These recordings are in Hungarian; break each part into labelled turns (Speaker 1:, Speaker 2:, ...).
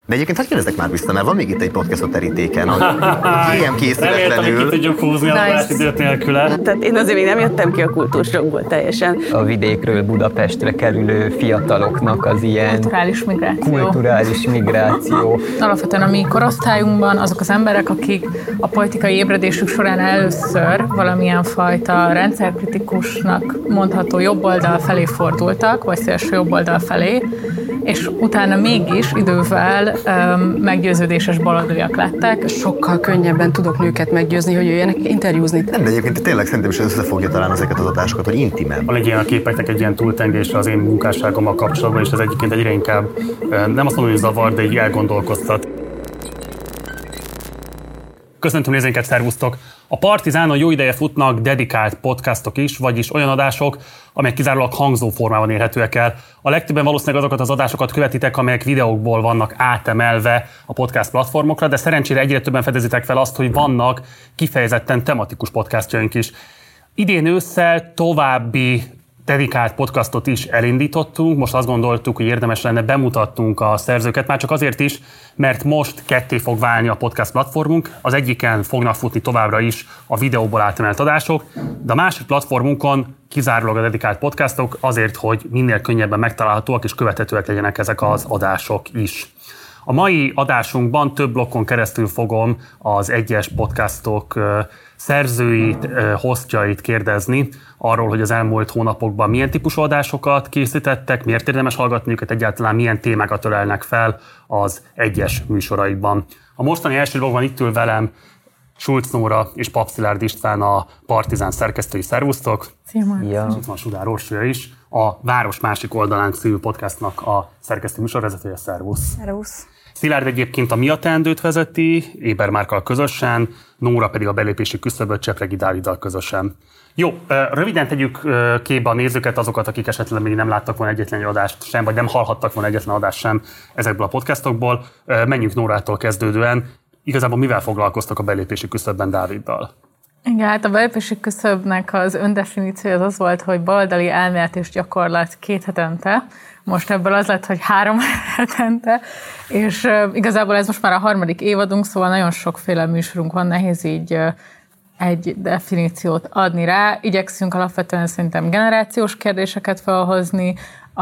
Speaker 1: De egyébként hogy kérdezek már vissza, mert van még itt egy podcast a terítéken, hogy ilyen készületlenül.
Speaker 2: Reméltem, hogy ki tudjuk húzni a időt nélküle.
Speaker 3: Tehát én azért még nem jöttem ki a kultúrsokból teljesen.
Speaker 4: A vidékről Budapestre kerülő fiataloknak az ilyen kulturális migráció.
Speaker 5: Alapvetően a mi korosztályunkban azok az emberek, akik a politikai ébredésük során először valamilyen fajta rendszerkritikusnak mondható jobboldal felé fordultak, vagy szélső jobboldal felé, és utána mégis idővel meggyőződéses baloldaliak lettek.
Speaker 3: Sokkal könnyebben tudok nőket meggyőzni, hogy jöjjenek interjúzni.
Speaker 1: Nem, de egyébként tényleg szerintem is összefogja talán ezeket az adásokat, hogy intimebb.
Speaker 2: Van egy ilyen a képeknek egy ilyen túltengésre az én munkásságommal kapcsolatban, és ez egyébként egyre inkább nem azt mondom, hogy zavar, de így elgondolkoztat. Köszöntöm nézőinket, szervusztok! A Partizánon jó ideje futnak dedikált podcastok is, vagyis olyan adások, amelyek kizárólag hangzó formában érhetőek el. A legtöbben valószínűleg azokat az adásokat követitek, amelyek videókból vannak átemelve a podcast platformokra, de szerencsére egyre többen fedezitek fel azt, hogy vannak kifejezetten tematikus podcastjaink is. Idén ősszel további dedikált podcastot is elindítottunk, most azt gondoltuk, hogy érdemes lenne bemutatnunk a szerzőket, már csak azért is, mert most ketté fog válni a podcast platformunk, az egyiken fognak futni továbbra is a videóból átemelt adások, de a másik platformunkon kizárólag a dedikált podcastok azért, hogy minél könnyebben megtalálhatóak és követhetőek legyenek ezek az adások is. A mai adásunkban több blokkon keresztül fogom az egyes podcastok szerzőit, hostjait kérdezni arról, hogy az elmúlt hónapokban milyen típusú adásokat készítettek, miért érdemes hallgatni őket, egyáltalán milyen témákat ölelnek fel az egyes műsoraikban. A mostani első blogban itt ül velem Schulz Nóra és Pap Szilárd István, a Partizán szerkesztői. Szervusztok!
Speaker 5: Szia!
Speaker 2: És itt van Sudár Orsolya is, a Város másik oldalán című podcastnak a szerkesztő műsorvezetője. Szervusz!
Speaker 5: Szervusz!
Speaker 2: Szilárd egyébként a Mi a teendőt vezeti, Éber Márkkal közösen, Nóra pedig a belépési küszöböt Csepregi Dáviddal közösen. Jó, röviden tegyük képbe a nézőket, azokat, akik esetleg még nem láttak volna egyetlen adást sem, vagy nem hallhattak volna egyetlen adást sem ezekből a podcastokból. Menjünk Nórától kezdődően. Igazából mivel foglalkoztak a belépési küszöbben Dáviddal?
Speaker 5: Igen, hát a belépési küszöbnek az öndefiníciója az volt, hogy baloldali elmélet és gyakorlat 2 hetente. Most ebből az lett, hogy 3 hetente, és igazából ez most már a 3. évadunk, szóval nagyon sokféle műsorunk van, nehéz így egy definíciót adni rá. Igyekszünk alapvetően szerintem generációs kérdéseket felhozni,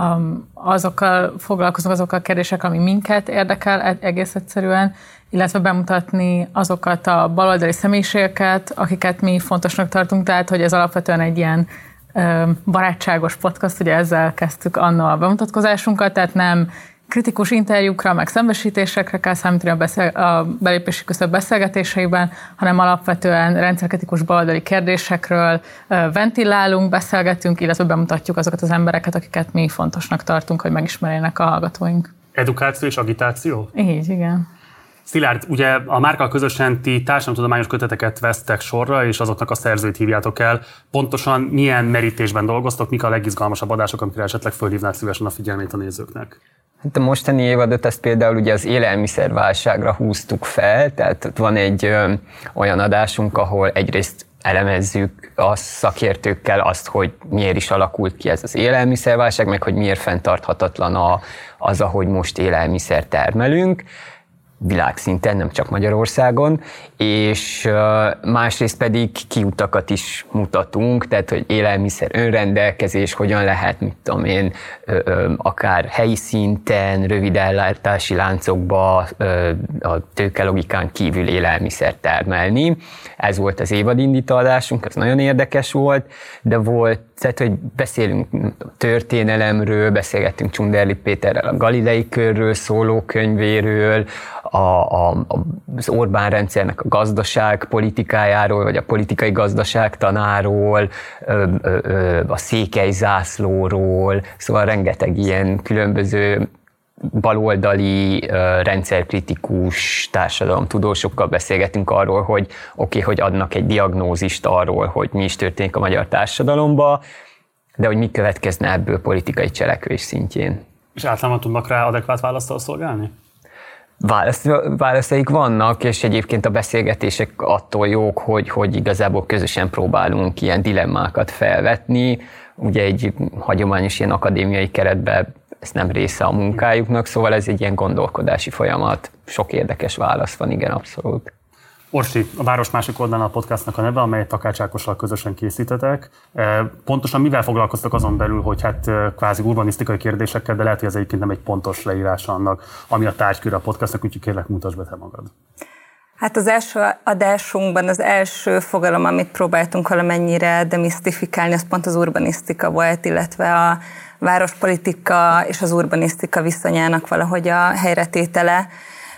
Speaker 5: foglalkozunk azokkal a kérdésekkel, ami minket érdekel egész egyszerűen, illetve bemutatni azokat a baloldali személyiségeket, akiket mi fontosnak tartunk, tehát hogy ez alapvetően egy ilyen barátságos podcast, ugye ezzel kezdtük anno a bemutatkozásunkat, tehát nem kritikus interjúkra, meg szembesítésekre kell számítani a belépési küszöb beszélgetéseiben, hanem alapvetően rendszerkritikus baloldali kérdésekről ventilálunk, beszélgetünk, illetve bemutatjuk azokat az embereket, akiket mi fontosnak tartunk, hogy megismerjenek a hallgatóink.
Speaker 2: Edukáció és agitáció?
Speaker 5: Így, igen.
Speaker 2: Szilárd, ugye a Márkkal közösen ti társadalomtudományos köteteket vesztek sorra, és azoknak a szerzőit hívjátok el. Pontosan milyen merítésben dolgoztok, mik a legizgalmasabb adások, amikre esetleg fölhívnád szívesen a figyelmét a nézőknek?
Speaker 4: Hát a mostani évadot ezt például ugye az élelmiszerválságra húztuk fel, tehát van egy olyan adásunk, ahol egyrészt elemezzük a szakértőkkel azt, hogy miért is alakult ki ez az élelmiszerválság, meg hogy miért fenntarthatatlan az, ahogy most élelmiszer termelünk, világszinten, nem csak Magyarországon, és másrészt pedig kiutakat is mutatunk, tehát hogy élelmiszer önrendelkezés, hogyan lehet, mit tudom én, akár helyi szinten, rövid ellátási láncokba a tőkelogikán kívül élelmiszer termelni. Ez volt az évadindító adásunk, ez nagyon érdekes volt, de volt, tehát hogy beszélünk történelemről, beszélgettünk Csunderli Péterrel a Galilei körről szóló könyvéről, az Orbán rendszernek a gazdaság politikájáról, vagy a politikai gazdaság tanáról, a székely zászlóról, szóval rengeteg ilyen különböző baloldali, rendszerkritikus társadalomtudósokkal beszélgetünk arról, hogy hogy adnak egy diagnózist arról, hogy mi is történik a magyar társadalomban, de hogy mi következne ebből politikai cselekvés szintjén.
Speaker 2: És általában tudnak rá adekvát választal szolgálni?
Speaker 4: Válaszaik vannak, és egyébként a beszélgetések attól jók, hogy igazából közösen próbálunk ilyen dilemmákat felvetni. Ugye egy hagyományos ilyen akadémiai keretben ez nem része a munkájuknak, szóval ez egy ilyen gondolkodási folyamat. Sok érdekes válasz van, igen, abszolút.
Speaker 2: Orsi, a Város másik oldalán a podcastnak a neve, amelyet Takács Ákossal közösen készítetek. Pontosan mivel foglalkoztak azon belül, hogy hát kvázi urbanisztikai kérdésekkel, de lehet, hogy ez egyébként nem egy pontos leírása annak, ami a tárgykör a podcastnak, úgyhogy kérlek, mutasd be te magad.
Speaker 6: Hát az első adásunkban az első fogalom, amit próbáltunk valamennyire demisztifikálni, az pont az urbanisztika volt, illetve a várospolitika és az urbanisztika viszonyának valahogy a helyretétele.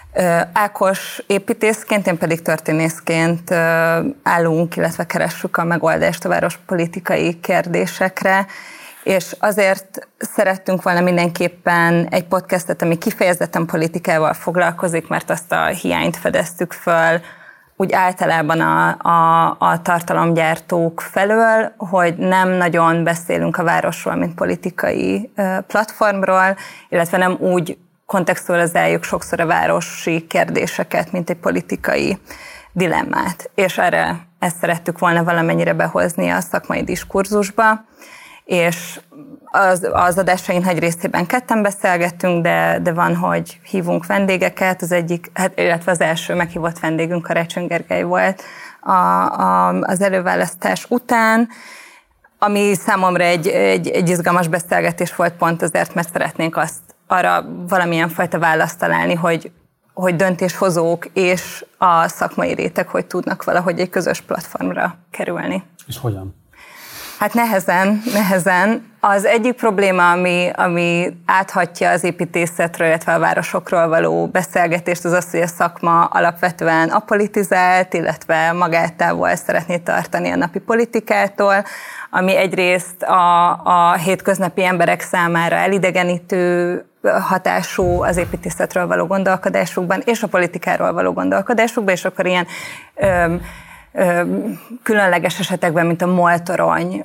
Speaker 6: Ákos építészként, én pedig történészként állunk, illetve keressük a megoldást a várospolitikai kérdésekre, és azért szerettünk volna mindenképpen egy podcastet, ami kifejezetten politikával foglalkozik, mert azt a hiányt fedeztük föl úgy általában a tartalomgyártók felől, hogy nem nagyon beszélünk a városról, mint politikai platformról, illetve nem úgy kontextualizáljuk sokszor a városi kérdéseket, mint egy politikai dilemmát. És erre ezt szerettük volna valamennyire behozni a szakmai diskurzusba, és az adásaink nagy részében ketten beszélgettünk, de van, hogy hívunk vendégeket, az egyik, illetve az első meghívott vendégünk Karácsony Gergely volt az előválasztás után, ami számomra egy izgalmas beszélgetés volt pont azért, mert szeretnénk arra valamilyen fajta választ találni, hogy döntéshozók és a szakmai réteg hogy tudnak valahogy egy közös platformra kerülni.
Speaker 2: És hogyan?
Speaker 6: Hát nehezen. Az egyik probléma, ami áthatja az építészetről, illetve a városokról való beszélgetést, az az, hogy a szakma alapvetően apolitizált, illetve magát távol szeretné tartani a napi politikától, ami egyrészt a hétköznapi emberek számára elidegenítő hatású az építészetről való gondolkodásukban, és a politikáról való gondolkodásukban, és akkor ilyen különleges esetekben, mint a MOL-torony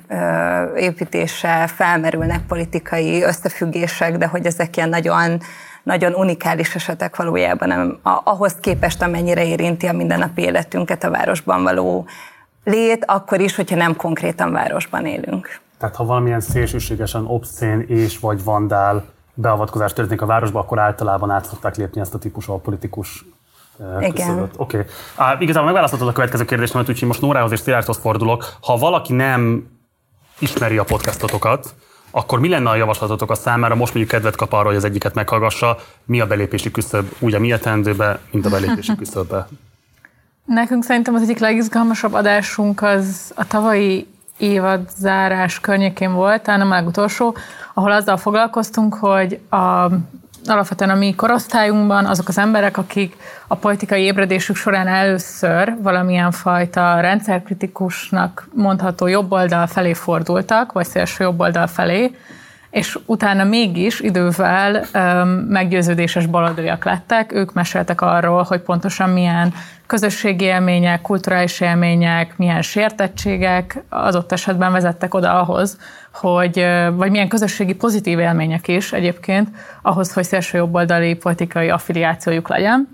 Speaker 6: építése felmerülnek politikai összefüggések, de hogy ezek ilyen nagyon, nagyon unikális esetek valójában, ahhoz képest, amennyire érinti a mindennapi életünket, a városban való lét, akkor is, hogyha nem konkrétan városban élünk.
Speaker 2: Tehát ha valamilyen szélsőségesen obszcén és vagy vandál beavatkozás történik a városba, akkor általában át szokták lépni ezt a típusú politikus küszöböt. Oké. Igazából megválaszoltad a következő kérdést, mert úgyhogy most Nórához és Szilárdhoz fordulok. Ha valaki nem ismeri a podcastotokat, akkor mi lenne a javaslatotok a számára? Most mondjuk kedvet kap arra, hogy az egyiket meghallgassa. Mi a belépési küszöb úgy a mi etendőbe, mint a belépési küszöbbe?
Speaker 5: Nekünk szerintem az egyik legizgalmasabb adásunk az a tavalyi évadzárás környékén volt, talán a legutolsó, ahol azzal foglalkoztunk, hogy alapvetően a mi korosztályunkban azok az emberek, akik a politikai ébredésük során először valamilyen fajta rendszerkritikusnak mondható jobboldal felé fordultak, vagy szélső jobboldal felé, és utána mégis idővel meggyőződéses baloldaliak lettek. Ők meséltek arról, hogy pontosan milyen közösségi élmények, kulturális élmények, milyen sértettségek adott esetben vezettek oda ahhoz, vagy milyen közösségi pozitív élmények is egyébként, ahhoz, hogy szélsőjobboldali politikai affiliációjuk legyen.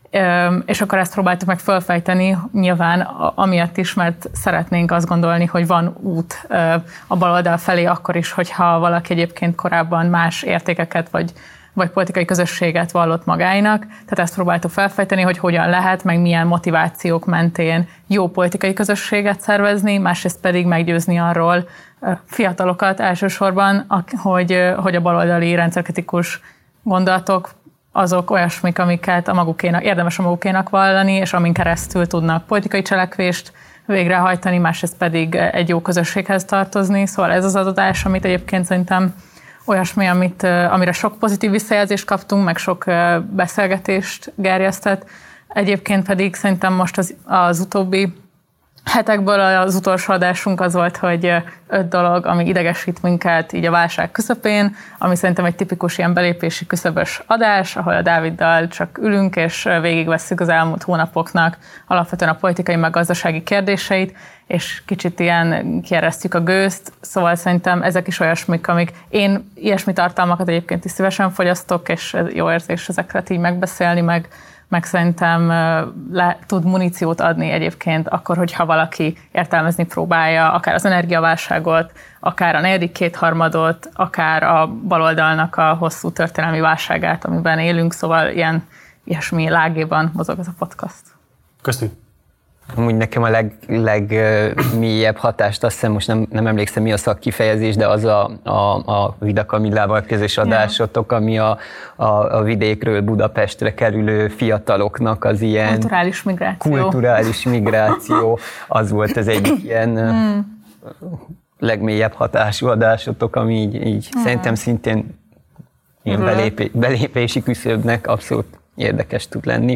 Speaker 5: És akkor ezt próbáltuk meg felfejteni, nyilván amiatt is, mert szeretnénk azt gondolni, hogy van út a baloldal felé akkor is, hogyha valaki egyébként korábban más értékeket vagy politikai közösséget vallott magáinak. Tehát ezt próbáltuk felfejteni, hogy hogyan lehet, meg milyen motivációk mentén jó politikai közösséget szervezni, másrészt pedig meggyőzni arról fiatalokat elsősorban, hogy a baloldali rendszerkritikus gondolatok azok olyasmik, amiket érdemes a magukénak vallani, és amin keresztül tudnak politikai cselekvést végrehajtani, másrészt pedig egy jó közösséghez tartozni. Szóval ez az adás, amit egyébként szerintem olyasmi, amire sok pozitív visszajelzést kaptunk, meg sok beszélgetést gerjesztett. Egyébként pedig szerintem most az utóbbi hetekből az utolsó adásunk az volt, hogy 5 dolog, ami idegesít minket így a válság közepén, ami szerintem egy tipikus ilyen belépési küszöbös adás, ahol a Dáviddal csak ülünk, és végigvesszük az elmúlt hónapoknak alapvetően a politikai meg gazdasági kérdéseit, és kicsit ilyen kieresztjük a gőzt, szóval szerintem ezek is olyasmik, amik én ilyesmi tartalmakat egyébként is szívesen fogyasztok, és jó érzés ezeket így megbeszélni, meg meg szerintem tud muníciót adni egyébként akkor, hogyha valaki értelmezni próbálja akár az energiaválságot, akár a negyedik kétharmadot, akár a baloldalnak a hosszú történelmi válságát, amiben élünk, szóval ilyesmi lágéban mozog ez a podcast.
Speaker 2: Köszönjük.
Speaker 4: Amúgy nekem a legmélyebb hatást, azt hiszem, most nem emlékszem, mi a szakkifejezés, de az a Vida Kamillával közös adásotok, ami a vidékről Budapestre kerülő fiataloknak az ilyen... Kulturális migráció. Az volt az egyik ilyen legmélyebb hatású adásotok, ami így szerintem szintén ilyen belépési küszöbnek abszolút érdekes tud lenni.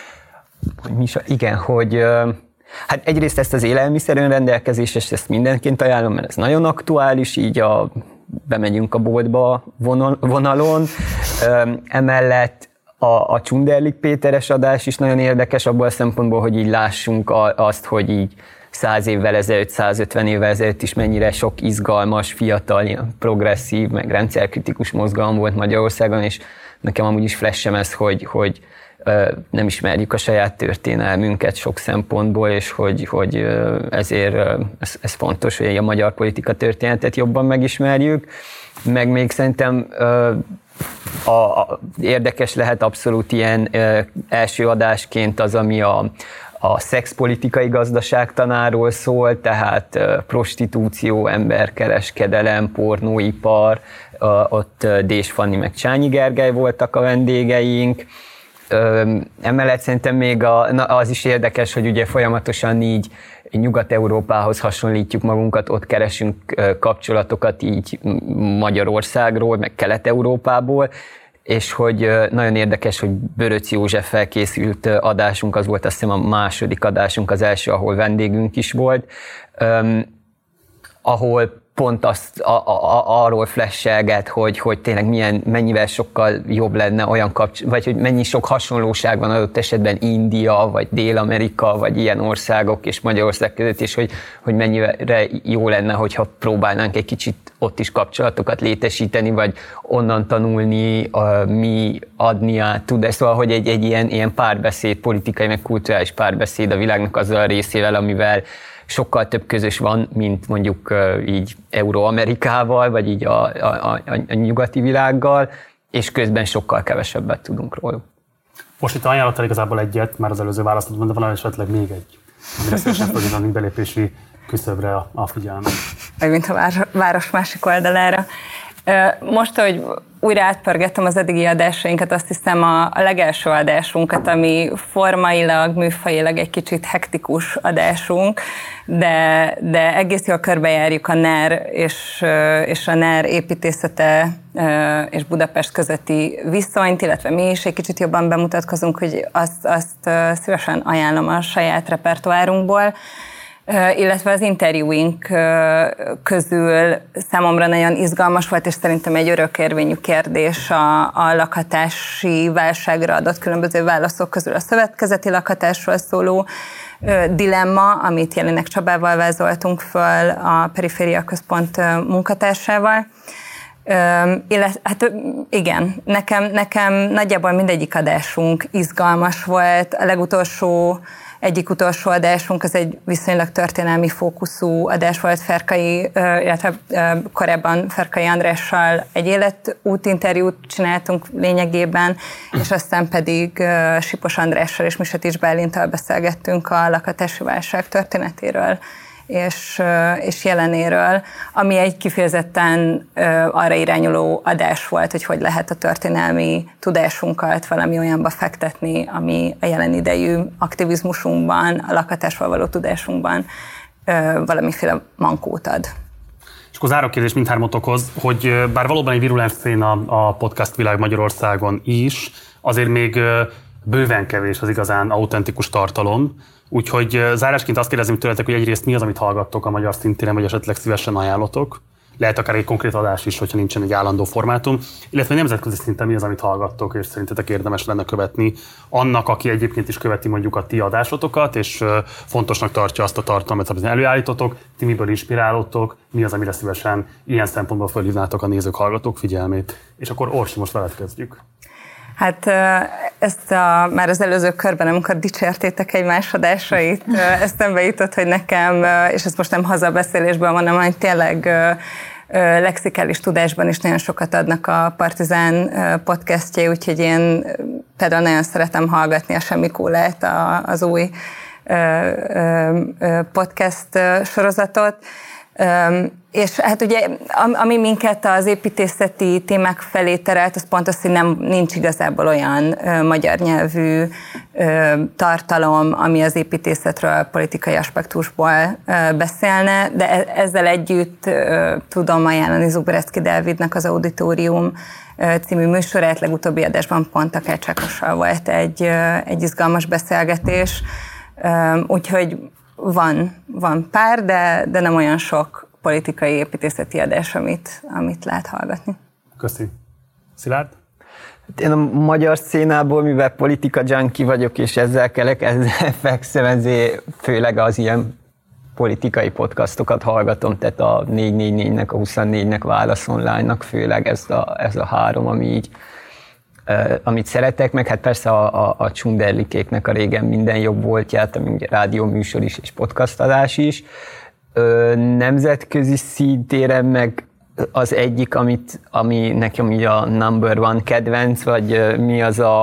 Speaker 4: Hát egyrészt ezt az élelmiszer önrendelkezést, ezt mindenként ajánlom, mert ez nagyon aktuális, így bemegyünk a boltba vonalon. Emellett a Csunderlik Péteres adás is nagyon érdekes abból a szempontból, hogy így lássunk azt, hogy így 100 évvel ezelőtt, 150 évvel ezelőtt is mennyire sok izgalmas, fiatal, progresszív, meg rendszerkritikus mozgalom volt Magyarországon, és nekem amúgy is flash-em ez, hogy nem ismerjük a saját történelmünket sok szempontból, és hogy ezért ez fontos, hogy a magyar politika történetet jobban megismerjük. Meg még szerintem érdekes lehet abszolút ilyen első adásként az, ami a szexpolitikai gazdaságtanáról szól, tehát prostitúció, emberkereskedelem, pornóipar, ott Dés Fanni meg Csányi Gergely voltak a vendégeink. Emellett szerintem még az is érdekes, hogy ugye folyamatosan így Nyugat-Európához hasonlítjuk magunkat, ott keresünk kapcsolatokat így Magyarországról, meg Kelet-Európából, és hogy nagyon érdekes, hogy Böröcz Józseffel készült adásunk, az volt azt hiszem a második adásunk, az első, ahol vendégünk is volt, ahol pont arról flashelget, hogy tényleg mennyivel sokkal jobb lenne olyan vagy hogy mennyi sok hasonlóság van adott esetben India, vagy Dél-Amerika, vagy ilyen országok és Magyarország között, és hogy mennyire jó lenne, hogyha próbálnánk egy kicsit ott is kapcsolatokat létesíteni, vagy onnan tanulni, mi adni át tud. Szóval, hogy egy ilyen párbeszéd, politikai, meg kulturális párbeszéd a világnak azzal a részével, amivel sokkal több közös van, mint mondjuk így Euró-Amerikával, vagy így a nyugati világgal, és közben sokkal kevesebbet tudunk róluk.
Speaker 2: Most itt ajánlottál igazából egyet, már az előző választotban, de van esetleg még egy, amire szívesen fölhívni belépési küszöbre a figyelmet.
Speaker 6: Vagy mint a város másik oldalára. Most, hogy újra átpörgettem az eddigi adásainkat, azt hiszem a legelső adásunkat, ami formailag, műfajilag egy kicsit hektikus adásunk, de egész jól körbejárjuk a NER és a NER építészete és Budapest közötti viszonyt, illetve mi is egy kicsit jobban bemutatkozunk, hogy azt szívesen ajánlom a saját repertoárunkból. Illetve az interjúink közül számomra nagyon izgalmas volt, és szerintem egy örökérvényű kérdés a lakhatási válságra adott különböző válaszok közül a szövetkezeti lakhatásról szóló dilemma, amit Jelinek Csabával vázoltunk föl a Periféria Központ munkatársával. Hát igen, nekem nagyjából mindegyik adásunk izgalmas volt. A egyik utolsó adásunk az egy viszonylag történelmi fókuszú adás volt illetve korábban Ferkai Andrással egy életútinterjút csináltunk lényegében, és aztán pedig Sipos Andrással és Misetics Bálinttal beszélgettünk a lakhatási válság történetéről és jelenéről, ami egy kifejezetten arra irányuló adás volt, hogy lehet a történelmi tudásunkat valami olyanba fektetni, ami a jelen idejű aktivizmusunkban, a lakhatásról való tudásunkban valamiféle mankót ad.
Speaker 2: És akkor záró kérdés mindhármatokhoz, hogy bár valóban egy virulens széna a podcast világ Magyarországon is, azért még bőven kevés az igazán autentikus tartalom. Úgyhogy zárásként azt kérdezem tőletek, hogy egyrészt mi az, amit hallgattok a magyar szintéren, vagy esetleg szívesen ajánlotok. Lehet akár egy konkrét adás is, hogyha nincsen egy állandó formátum. Illetve nemzetközi szinten mi az, amit hallgattok, és szerintetek érdemes lenne követni annak, aki egyébként is követi mondjuk a ti adásotokat, és fontosnak tartja azt a tartalmat, amit előállítotok, ti miből inspirálódtok, mi az, amire szívesen ilyen szempontból fölhívnátok a nézők, hallgatók figyelmét. És akkor Orsi, most veled kezdjük.
Speaker 6: Hát ezt már az előző körben, amikor dicsértétek egymás adásait, eszembe jutott, hogy nekem, és ezt most nem hazabeszélésben mondom, hanem tényleg lexikális tudásban is nagyon sokat adnak a Partizán podcastjai, úgyhogy én például nagyon szeretem hallgatni a Semmi Kólát, az új podcast sorozatot. És hát ugye, ami minket az építészeti témák felé terelt, az pont az, hogy nincs igazából olyan magyar nyelvű tartalom, ami az építészetről politikai aspektusból beszélne, de ezzel együtt tudom ajánlani Zubreszki Dávidnak az Auditorium című műsorát, legutóbbi adásban pont a Kácsákossal volt egy izgalmas beszélgetés, úgyhogy van pár, de nem olyan sok politikai építészeti adás, amit lehet hallgatni.
Speaker 2: Köszi. Szilárd?
Speaker 4: Én a magyar szcénából, mivel politika junkie vagyok, és ezzel fekszem, ezért főleg az ilyen politikai podcastokat hallgatom, tehát a 444-nek, a 24-nek, Válasz Online-nak főleg ez a három, ami így amit szeretek, meg hát persze a Csunderlikéknek a régen minden jobb voltját, ami ugye rádióműsor is és podcastadás is. Nemzetközi szintéren meg az egyik, ami nekem így a number one kedvenc, vagy mi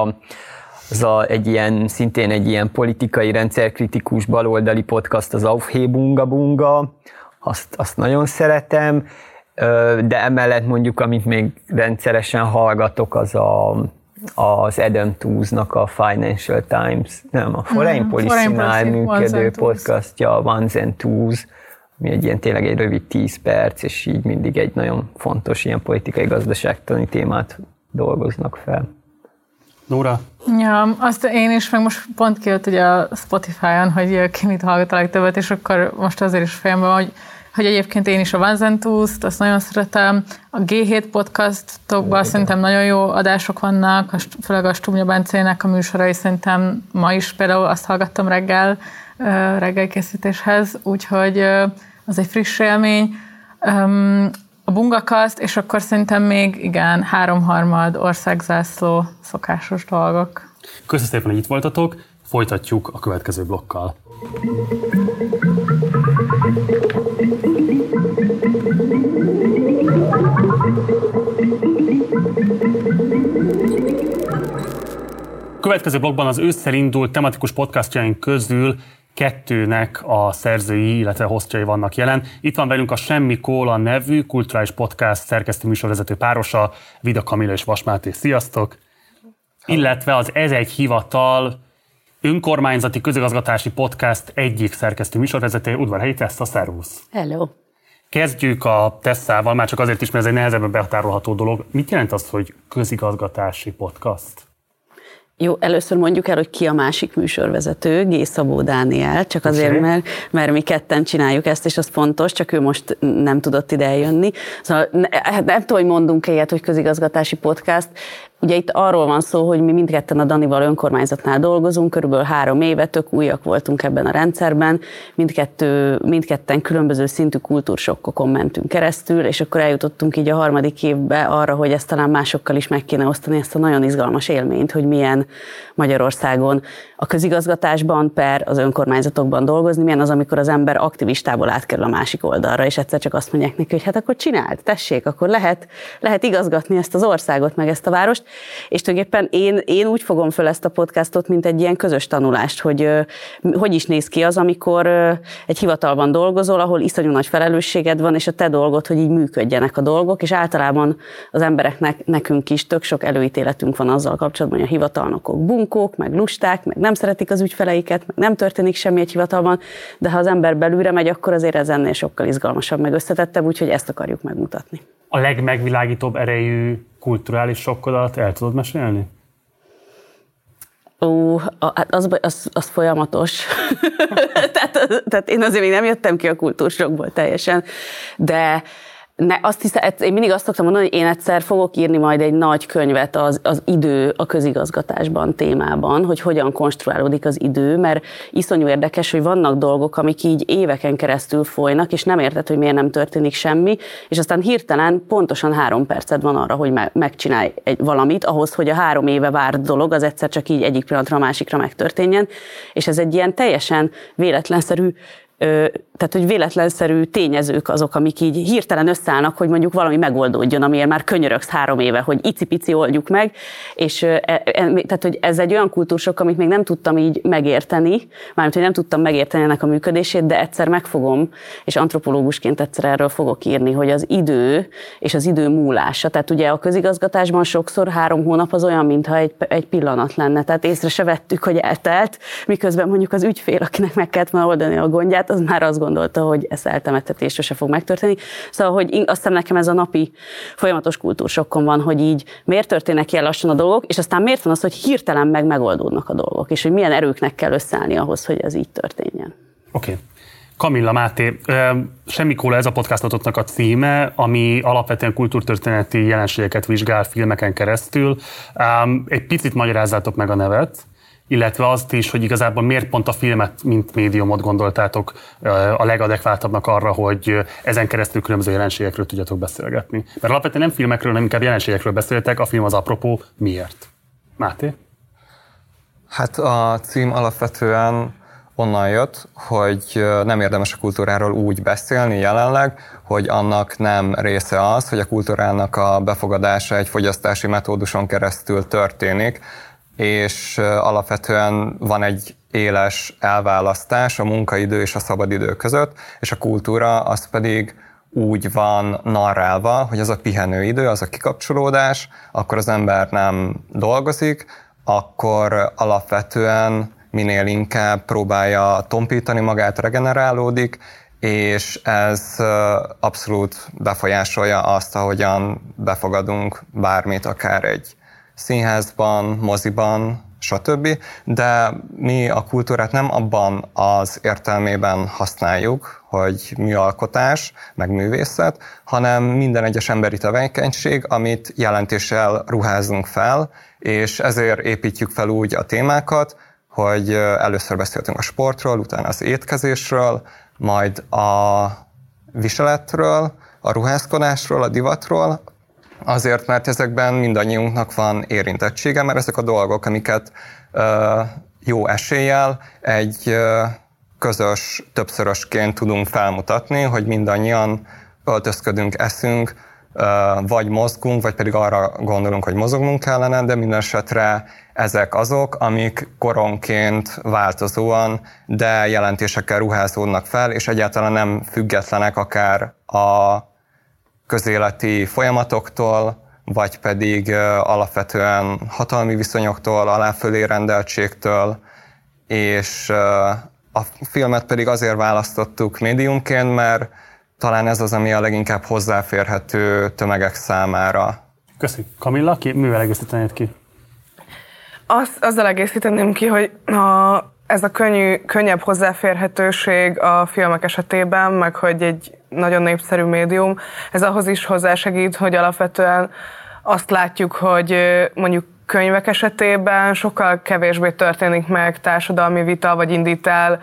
Speaker 4: szintén egy ilyen politikai rendszerkritikus baloldali podcast, az Aufhebunga Bunga, azt nagyon szeretem, de emellett mondjuk, amit még rendszeresen hallgatok, az Adam Tooze-nak a Financial Times, nem, a Foreign Policy-nál működő podcastja, Ones and Twos, ami tényleg egy rövid 10 perc, és így mindig egy nagyon fontos ilyen politikai gazdaságtani témát dolgoznak fel.
Speaker 2: Nóra?
Speaker 5: Ja, azt én is, meg most pont kijött ugye a Spotify-on, hogy ki mit hallgat a legtöbbet, és akkor most azért is fejemben van, hogy egyébként én is a Ones and Twos-t, azt nagyon szeretem. A G7 podcastokban szerintem nagyon jó adások vannak, főleg a Stubnya Bencének a műsorai szerintem ma is például azt hallgattam reggelkészítéshez, úgyhogy az egy friss élmény. A Bungakaszt, és akkor szerintem még igen, 3/3 országzászló, szokásos dolgok.
Speaker 2: Köszönöm szépen, hogy itt voltatok, folytatjuk a következő blokkal. Következő blokkban az ősszel indult tematikus podcastjaink közül 2-nek a szerzői, illetve hostjai vannak jelen. Itt van velünk a Semmi Kóla nevű kulturális podcast szerkesztő műsorvezető párosa, Vida Kamilla és Vas Máté. Sziasztok! Illetve az Ez egy hivatal önkormányzati közigazgatási podcast egyik szerkesztő műsorvezető, Udvarhelyi Tessa, szervusz!
Speaker 7: Hello!
Speaker 2: Kezdjük a Tesszával, már csak azért is, mert ez egy nehezebben behatárolható dolog. Mit jelent az, hogy közigazgatási podcast?
Speaker 7: Jó, először mondjuk el, hogy ki a másik műsorvezető, G. Szabó Dániel, csak azért, mert mi ketten csináljuk ezt, és az fontos, csak ő most nem tudott ide eljönni. Szóval nem tudom, hogy mondunk ilyet, hogy közigazgatási podcast. Ugye itt arról van szó, hogy mi mindketten a Danival önkormányzatnál dolgozunk, körülbelül 3 éve, tök újak voltunk ebben a rendszerben, mindketten különböző szintű kultúrsokkokon mentünk keresztül, és akkor eljutottunk így a 3. évbe arra, hogy ezt talán másokkal is meg kéne osztani, ezt a nagyon izgalmas élményt, hogy milyen Magyarországon a közigazgatásban az önkormányzatokban dolgozni, milyen az, amikor az ember aktivistából átkerül a másik oldalra, és egyszer csak azt mondják neki, hogy hát akkor csináld, tessék, akkor lehet igazgatni ezt az országot, meg ezt a várost. És tulajdonképpen én úgy fogom föl ezt a podcastot, mint egy ilyen közös tanulást, hogy is néz ki az, amikor egy hivatalban dolgozol, ahol iszonyú nagy felelősséged van, és a te dolgod, hogy így működjenek a dolgok, és általában az embereknek, nekünk is tök sok előítéletünk van azzal kapcsolatban, hogy a hivatalnokok bunkók, meg lusták, meg nem szeretik az ügyfeleiket, meg nem történik semmi egy hivatalban, de ha az ember belülre megy, akkor azért ez ennél sokkal izgalmasabb, meg összetettebb, úgyhogy ezt akarjuk megmutatni.
Speaker 2: A legmegvilágítóbb erejű kulturális sokkodat el tudod mesélni? Az folyamatos. tehát én azért még nem jöttem ki a kultúrsokból teljesen, de
Speaker 7: Azt hiszem, én mindig azt szoktam mondani, hogy én egyszer fogok írni majd egy nagy könyvet az idő a közigazgatásban témában, hogy hogyan konstruálódik az idő, mert iszonyú érdekes, hogy vannak dolgok, amik így éveken keresztül folynak, és nem érted, hogy miért nem történik semmi, és aztán hirtelen pontosan 3 perced van arra, hogy megcsinálj valamit, ahhoz, hogy a 3 éve várt dolog az egyszer csak így egyik pillanatra a másikra megtörténjen, és ez egy ilyen teljesen véletlenszerű, tehát, hogy véletlenszerű tényezők azok, amik így hirtelen összeállnak, hogy mondjuk valami megoldódjon, amiért már könyörögsz 3 éve, hogy icipici oldjuk meg, és tehát, hogy ez egy olyan kultúrsok, amit még nem tudtam így megérteni, mármint, hogy nem tudtam megérteni ennek a működését, de egyszer megfogom, és antropológusként egyszer erről fogok írni, hogy az idő és az idő múlása. Tehát ugye a közigazgatásban sokszor 3 hónap az olyan, mintha egy pillanat lenne, tehát észre se vettük, hogy eltelt, miközben mondjuk az ügyfél, akinek meg kellett volna oldani a gondját, az már azt gondolta, hogy ez eltemettetés sose fog megtörténni. Szóval, hogy azt hiszem nekem ez a napi folyamatos kultúrsokkon van, hogy így miért történnek ilyen lassan a dolgok, és aztán miért van az, hogy hirtelen megoldódnak a dolgok, és hogy milyen erőknek kell összeállni ahhoz, hogy ez így történjen.
Speaker 2: Oké. Kamilla, Máté, Semmi Kóla ez a podcastotoknak a címe, ami alapvetően kultúrtörténeti jelenségeket vizsgál filmeken keresztül. Egy picit magyarázzátok meg a nevet, illetve azt is, hogy igazából miért pont a filmet, mint médiumot gondoltátok a legadekvátabbnak arra, hogy ezen keresztül különböző jelenségekről tudjatok beszélgetni. Mert alapvetően nem filmekről, nem inkább jelenségekről beszéltek, a film az apropó. Miért? Máté?
Speaker 8: Hát a cím alapvetően onnan jött, hogy nem érdemes a kultúráról úgy beszélni jelenleg, hogy annak nem része az, hogy a kultúrának a befogadása egy fogyasztási metóduson keresztül történik, és alapvetően van egy éles elválasztás a munkaidő és a szabadidő között, és a kultúra az pedig úgy van narrálva, hogy az a pihenőidő, az a kikapcsolódás, akkor az ember nem dolgozik, akkor alapvetően minél inkább próbálja tompítani magát, regenerálódik, és ez abszolút befolyásolja azt, ahogyan befogadunk bármit, akár egy színházban, moziban, stb. De mi a kultúrát nem abban az értelmében használjuk, hogy műalkotás, meg művészet, hanem minden egyes emberi tevékenység, amit jelentéssel ruházunk fel, és ezért építjük fel úgy a témákat, hogy először beszéltünk a sportról, utána az étkezésről, majd a viseletről, a ruházkodásról, a divatról, azért, mert ezekben mindannyiunknak van érintettsége, mert ezek a dolgok, amiket jó eséllyel egy közös többszörösként tudunk felmutatni, hogy mindannyian öltözködünk, eszünk, vagy mozgunk, vagy pedig arra gondolunk, hogy mozognunk kellene, de minden esetre ezek azok, amik koronként változóan, de jelentésekkel ruházódnak fel, és egyáltalán nem függetlenek akár a közéleti folyamatoktól, vagy pedig alapvetően hatalmi viszonyoktól, aláfölé rendeltségtől, és a filmet pedig azért választottuk médiumként, mert talán ez az, ami a leginkább hozzáférhető tömegek számára.
Speaker 2: Köszönjük. Kamilla, mivel egészítenéd ki?
Speaker 9: Azzal egészíteném ki, hogy ez a könnyebb hozzáférhetőség a filmek esetében, meg hogy egy nagyon népszerű médium, ez ahhoz is hozzásegít, hogy alapvetően azt látjuk, hogy mondjuk könyvek esetében sokkal kevésbé történik meg társadalmi vita, vagy indít el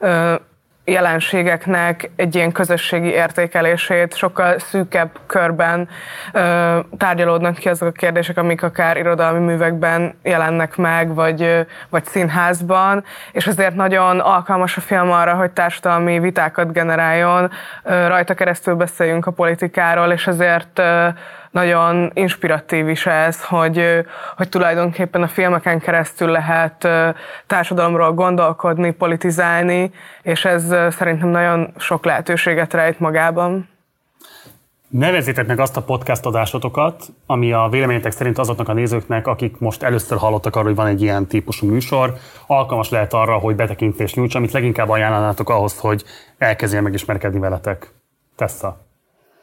Speaker 9: jelenségeknek egy ilyen közösségi értékelését, sokkal szűkebb körben tárgyalódnak ki azok a kérdések, amik akár irodalmi művekben jelennek meg, vagy színházban, és ezért nagyon alkalmas a film arra, hogy társadalmi vitákat generáljon, rajta keresztül beszéljünk a politikáról, és ezért nagyon inspiratív is ez, hogy tulajdonképpen a filmeken keresztül lehet társadalomról gondolkodni, politizálni, és ez szerintem nagyon sok lehetőséget rejt magában.
Speaker 2: Nevezzétek meg azt a podcast adásotokat, ami a véleményetek szerint azoknak a nézőknek, akik most először hallottak arról, hogy van egy ilyen típusú műsor, alkalmas lehet arra, hogy betekintést nyújts, amit leginkább ajánlanátok ahhoz, hogy elkezdjen megismerkedni veletek. Tessa.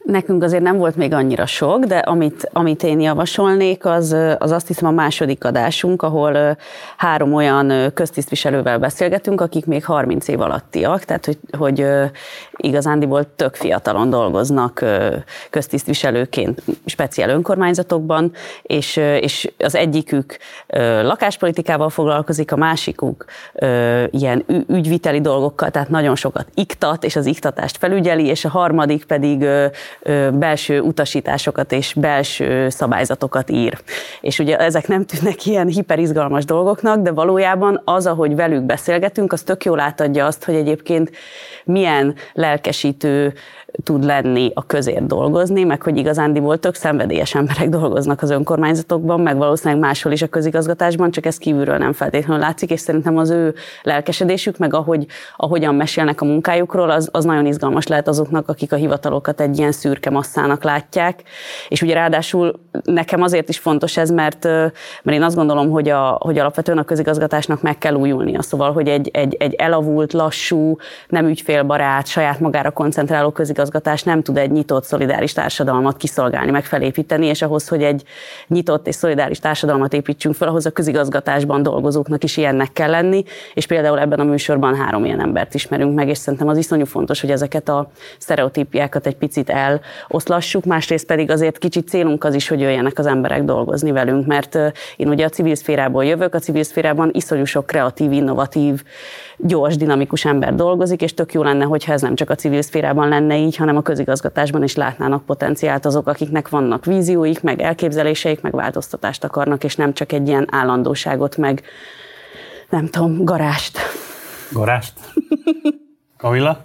Speaker 7: Nekünk azért nem volt még annyira sok, de amit én javasolnék, az azt hiszem a második adásunk, ahol 3 olyan köztisztviselővel beszélgetünk, akik még 30 év alattiak, tehát hogy igazándiból tök fiatalon dolgoznak köztisztviselőként speciál önkormányzatokban, és az egyikük lakáspolitikával foglalkozik, a másikuk ilyen ügyviteli dolgokkal, tehát nagyon sokat iktat, és az iktatást felügyeli, és a harmadik pedig belső utasításokat és belső szabályzatokat ír. És ugye ezek nem tűnnek ilyen hiperizgalmas dolgoknak, de valójában az, ahogy velük beszélgetünk, az tök jól átadja azt, hogy egyébként milyen lelkesítő tud lenni a közért dolgozni, meg hogy igazándiból tök szenvedélyes emberek dolgoznak az önkormányzatokban, meg valószínűleg máshol is a közigazgatásban, csak ez kívülről nem feltétlenül látszik, és szerintem az ő lelkesedésük, meg ahogyan mesélnek a munkájukról, az nagyon izgalmas lehet azoknak, akik a hivatalokat egy ilyen szürke masszának látják. És ugye ráadásul nekem azért is fontos ez, mert én azt gondolom, hogy alapvetően a közigazgatásnak meg kell újulnia. Szóval, hogy egy elavult, lassú, nem ügyfélbarát, saját magára koncentráló közigazgatás nem tud egy nyitott, szolidáris társadalmat kiszolgálni, meg felépíteni, és ahhoz, hogy egy nyitott és szolidáris társadalmat építsünk fel, ahhoz a közigazgatásban dolgozóknak is ilyennek kell lenni, és például ebben a műsorban 3 ilyen embert ismerünk meg, és szerintem az iszonyú fontos, hogy ezeket a sztereotípiákat egy picit eloszlassuk, másrészt pedig azért kicsit célunk az is, hogy jöjjenek az emberek dolgozni velünk, mert én ugye a civil szférából jövök, a civil szférában iszonyú sok kreatív, innovatív, gyors, dinamikus ember dolgozik, és tök jó lenne, hogyha ez nem csak a civil szférában lenne így, hanem a közigazgatásban is látnának potenciált azok, akiknek vannak vízióik, meg elképzeléseik, meg változtatást akarnak, és nem csak egy ilyen állandóságot, meg nem tudom, garást.
Speaker 2: Garást? Kamilla?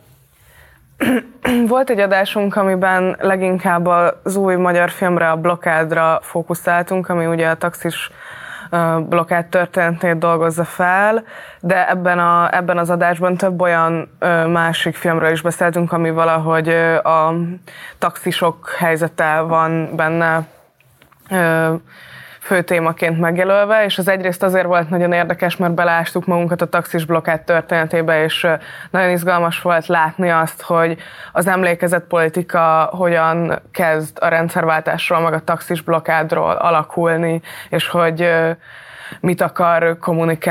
Speaker 9: Volt egy adásunk, amiben leginkább az új magyar filmre, a Blokkádra fókuszáltunk, ami ugye a taxis blokkád történetét dolgozza fel, de ebben az adásban több olyan másik filmről is beszéltünk, ami valahogy a taxisok helyzete van benne fő témaként megjelölve, és az egyrészt azért volt nagyon érdekes, mert belástuk magunkat a taxis blokkád történetébe, és nagyon izgalmas volt látni azt, hogy az emlékezetpolitika hogyan kezd a rendszerváltásról, meg a taxis blokkádról alakulni, és hogy mit akarnak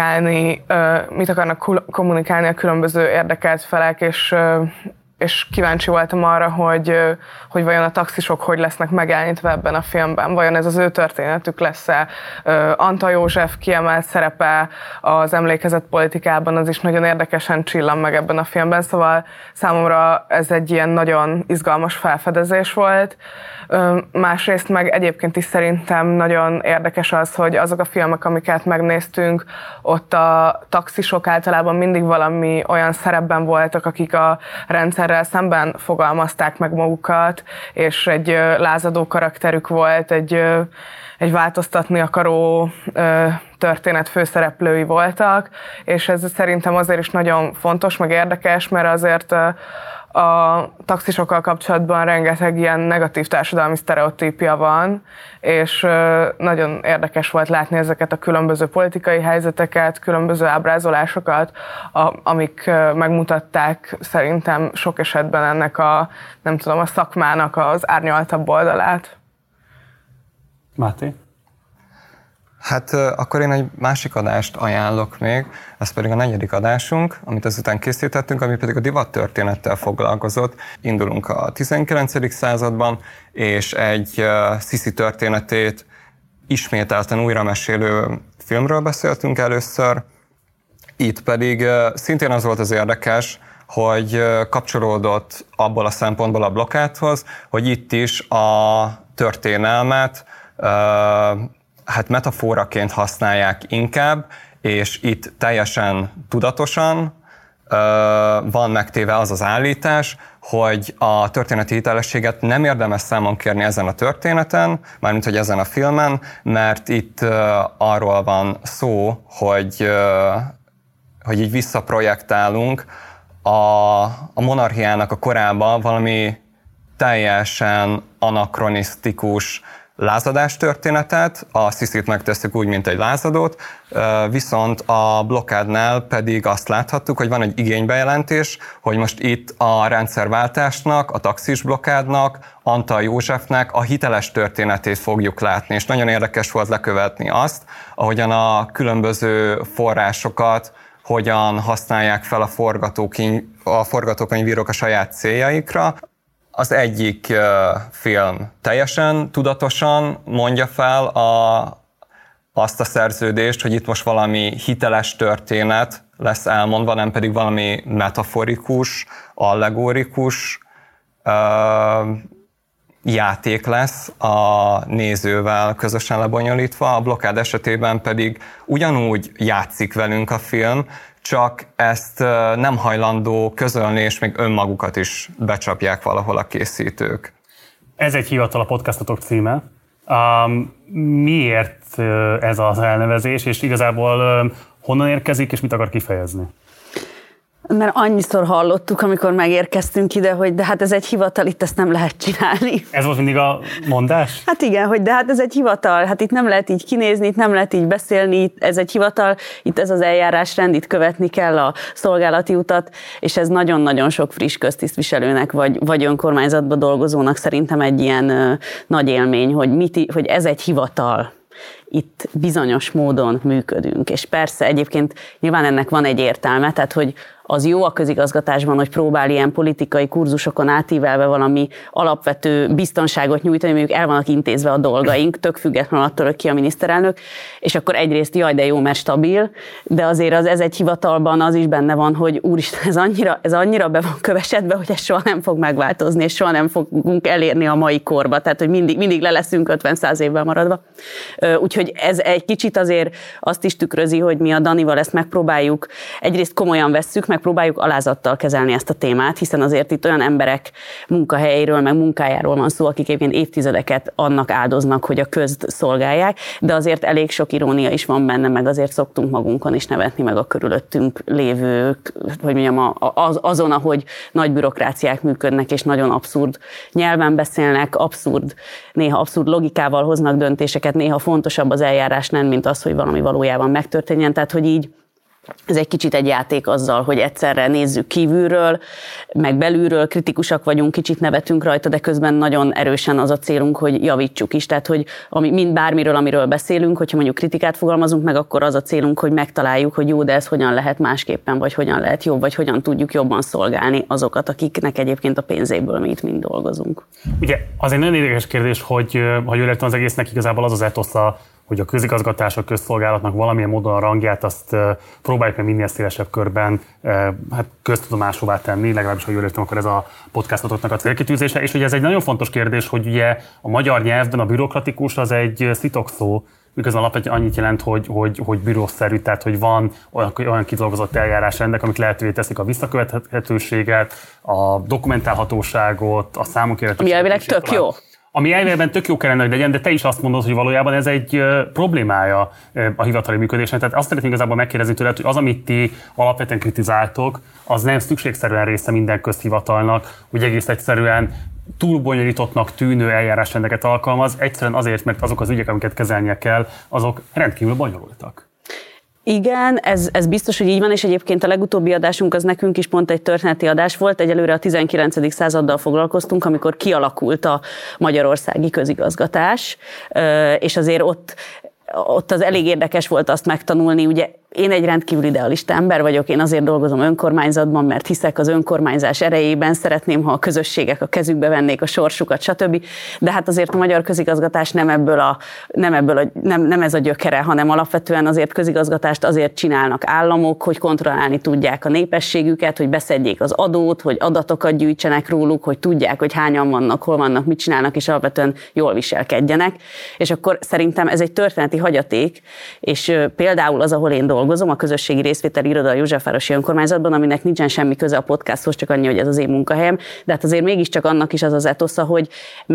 Speaker 9: kommunikálni a különböző érdekelt felek, és kíváncsi voltam arra, hogy vajon a taxisok hogy lesznek megjelenítve ebben a filmben. Vajon ez az ő történetük lesz-e? Antal József kiemelt szerepe az emlékezetpolitikában, az is nagyon érdekesen csillan meg ebben a filmben, szóval számomra ez egy ilyen nagyon izgalmas felfedezés volt. Másrészt meg egyébként is szerintem nagyon érdekes az, hogy azok a filmek, amiket megnéztünk, ott a taxisok általában mindig valami olyan szerepben voltak, akik a rendszerrel szemben fogalmazták meg magukat, és egy lázadó karakterük volt, egy változtatni akaró történet főszereplői voltak, és ez szerintem azért is nagyon fontos, meg érdekes, mert azért a taxisokkal kapcsolatban rengeteg ilyen negatív társadalmi sztereotípia van, és nagyon érdekes volt látni ezeket a különböző politikai helyzeteket, különböző ábrázolásokat, amik megmutatták szerintem sok esetben ennek a szakmának az árnyaltabb oldalát.
Speaker 2: Máté?
Speaker 8: Hát akkor én egy másik adást ajánlok még, ez pedig a 4. adásunk, amit ezután készítettünk, ami pedig a divattörténettel foglalkozott. Indulunk a 19. században, és egy Sisi történetét ismételten újra mesélő filmről beszéltünk először. Itt pedig szintén az volt az érdekes, hogy kapcsolódott abból a szempontból a blokkádhoz, hogy itt is a történelmet metaforaként használják inkább, és itt teljesen tudatosan van megtéve az az állítás, hogy a történeti hitelességet nem érdemes számon kérni ezen a történeten, mármint hogy ezen a filmen, mert itt arról van szó, hogy így visszaprojektálunk a monarchiának a korába valami teljesen anakronisztikus lázadás történetet, a Sziszit megtesszük úgy, mint egy lázadót, viszont a blokkádnál pedig azt láthattuk, hogy van egy igénybejelentés, hogy most itt a rendszerváltásnak, a taxis blokkádnak, Antal Józsefnek a hiteles történetét fogjuk látni, és nagyon érdekes volt lekövetni azt, ahogyan a különböző forrásokat hogyan használják fel a forgatókönyvírók a saját céljaikra. Az egyik film teljesen tudatosan mondja fel azt a szerződést, hogy itt most valami hiteles történet lesz elmondva, nem pedig valami metaforikus, allegorikus játék lesz a nézővel közösen lebonyolítva. A blokkád esetében pedig ugyanúgy játszik velünk a film, csak ezt nem hajlandó közölni, és még önmagukat is becsapják valahol a készítők.
Speaker 2: Ez egy hivatal a podcastotok címe. Miért ez az elnevezés, és igazából honnan érkezik, és mit akar kifejezni?
Speaker 7: Mert annyiszor hallottuk, amikor megérkeztünk ide, hogy de hát ez egy hivatal, itt ezt nem lehet csinálni.
Speaker 2: Ez volt mindig a mondás?
Speaker 7: Hát igen, hogy de hát ez egy hivatal, hát itt nem lehet így kinézni, itt nem lehet így beszélni, ez egy hivatal, itt ez az eljárásrend, itt követni kell a szolgálati utat, és ez nagyon-nagyon sok friss köztisztviselőnek vagy önkormányzatban dolgozónak szerintem egy ilyen nagy élmény, hogy ez egy hivatal. Itt bizonyos módon működünk, és persze egyébként nyilván ennek van egy értelme, tehát hogy az jó a közigazgatásban, hogy próbál ilyen politikai kurzusokon átívelve valami alapvető biztonságot nyújtani, mondjuk el vannak intézve a dolgaink, tök független attól, hogy ki a miniszterelnök, és akkor egyrészt jaj, de jó, mert stabil, de azért ez egy hivatalban az is benne van, hogy úristen, ez annyira be van kövesedve, hogy ez soha nem fog megváltozni, és soha nem fogunk elérni a mai korba, tehát hogy mindig le leszünk 50-100 évvel maradva. Úgyhogy ez egy kicsit azért azt is tükrözi, hogy mi a Danival ezt megpróbáljuk, egyrészt komolyan vesszük, megpróbáljuk alázattal kezelni ezt a témát, hiszen azért itt olyan emberek munkahelyéről, meg munkájáról van szó, akik egyébként évtizedeket annak áldoznak, hogy a közt szolgálják, de azért elég sok irónia is van benne, meg azért szoktunk magunkon is nevetni, meg a körülöttünk lévők, hogy mondjam, azon, ahogy nagy bürokráciák működnek, és nagyon abszurd nyelven beszélnek, néha abszurd logikával hoznak döntéseket, néha fontosabb az eljárásnál, mint az, hogy valami valójában megtörténjen, tehát hogy így ez egy kicsit egy játék azzal, hogy egyszerre nézzük kívülről, meg belülről, kritikusak vagyunk, kicsit nevetünk rajta, de közben nagyon erősen az a célunk, hogy javítsuk is. Tehát, hogy mind bármiről, amiről beszélünk, hogyha mondjuk kritikát fogalmazunk meg, akkor az a célunk, hogy megtaláljuk, hogy jó, de ez hogyan lehet másképpen, vagy hogyan lehet jobb, vagy hogyan tudjuk jobban szolgálni azokat, akiknek egyébként a pénzéből mi itt mind dolgozunk. Ugye
Speaker 2: az egy nagyon érdekes kérdés, hogy ha jól értem az egésznek, igazából az etosza, hogy a közigazgatás, a közszolgálatnak valamilyen módon a rangját azt próbáljuk meg minél szélesebb körben köztudomásúvá tenni, legalábbis ha jól értem, akkor ez a podcastotoknak a célkitűzése, és ugye ez egy nagyon fontos kérdés, hogy ugye a magyar nyelvben a bürokratikus az egy szitokszó, miközben alapvetően annyit jelent, hogy bűrószerű, tehát hogy van olyan kidolgozott eljárásrendek, amik lehetővé teszik a visszakövethetőséget, a dokumentálhatóságot, a számonkérhetőséget.
Speaker 7: Ami elvileg tök jó.
Speaker 2: Ami elvében tök jó kellene, hogy legyen, de te is azt mondod, hogy valójában ez egy problémája a hivatali működésnek. Tehát azt szeretném igazából megkérdezni tőled, hogy az, amit ti alapvetően kritizáltok, az nem szükségszerűen része minden közhivatalnak, hogy egész egyszerűen túlbonyolítottnak tűnő eljárásrendeket alkalmaz, egyszerűen azért, mert azok az ügyek, amiket kezelnie kell, azok rendkívül bonyolultak.
Speaker 7: Igen, ez biztos, hogy így van, és egyébként a legutóbbi adásunk az nekünk is pont egy történeti adás volt, egyelőre a 19. századdal foglalkoztunk, amikor kialakult a magyarországi közigazgatás, és azért ott az elég érdekes volt azt megtanulni, ugye én egy rendkívül idealista ember vagyok, én azért dolgozom önkormányzatban, mert hiszek az önkormányzás erejében, szeretném, ha a közösségek a kezükbe vennék a sorsukat, stb. De hát azért a magyar közigazgatás nem ez a gyökere, hanem alapvetően azért közigazgatást azért csinálnak államok, hogy kontrollálni tudják a népességüket, hogy beszedjék az adót, hogy adatokat gyűjtsenek róluk, hogy tudják, hogy hányan vannak, hol vannak, mit csinálnak, és alapvetően jól viselkedjenek. És akkor szerintem ez egy történeti hagyaték, és például az, ahol én dolgozom, a közösségi részvételi iroda a Józsefvárosi Önkormányzatban, aminek nincsen semmi köze a podcasthoz, csak annyi, hogy ez az én munkahelyem, de hát azért mégiscsak annak is az az etosza, hogy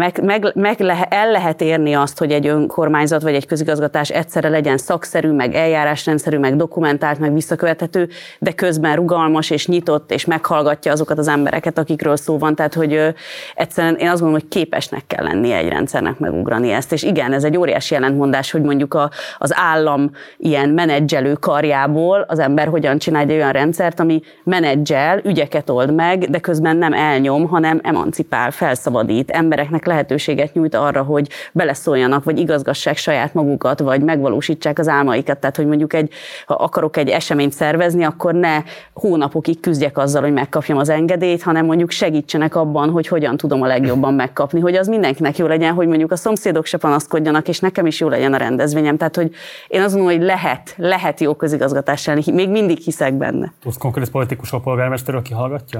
Speaker 7: el lehet érni azt, hogy egy önkormányzat vagy egy közigazgatás egyszerre legyen szakszerű, meg eljárásrendszerű, meg dokumentált, meg visszakövethető, de közben rugalmas és nyitott, és meghallgatja azokat az embereket, akikről szó van. Tehát, hogy egyszerűen én azt gondolom, hogy képesnek kell lennie egy rendszernek megugrani ezt. És igen, ez egy óriási ellentmondás, hogy mondjuk az állam ilyen menedzselő karjából az ember hogyan csinál egy olyan rendszert, ami menedzsel, ügyeket old meg, de közben nem elnyom, hanem emancipál, felszabadít, embereknek lehetőséget nyújt arra, hogy beleszóljanak, vagy igazgassák saját magukat, vagy megvalósítsák az álmaikat. Tehát, hogy mondjuk ha akarok egy eseményt szervezni, akkor ne hónapokig küzdjek azzal, hogy megkapjam az engedélyt, hanem mondjuk segítsenek abban, hogy hogyan tudom a legjobban megkapni, hogy az mindenkinek jó legyen, hogy mondjuk a szomszédok se panaszkodjanak, és nekem is jó legyen a rendezvényem. Tehát, hogy én azt mondom, hogy lehet jó közigazgatás lenni, még mindig hiszek benne.
Speaker 2: Tudsz konkrét politikusról, polgármesterről, ki hallgatja?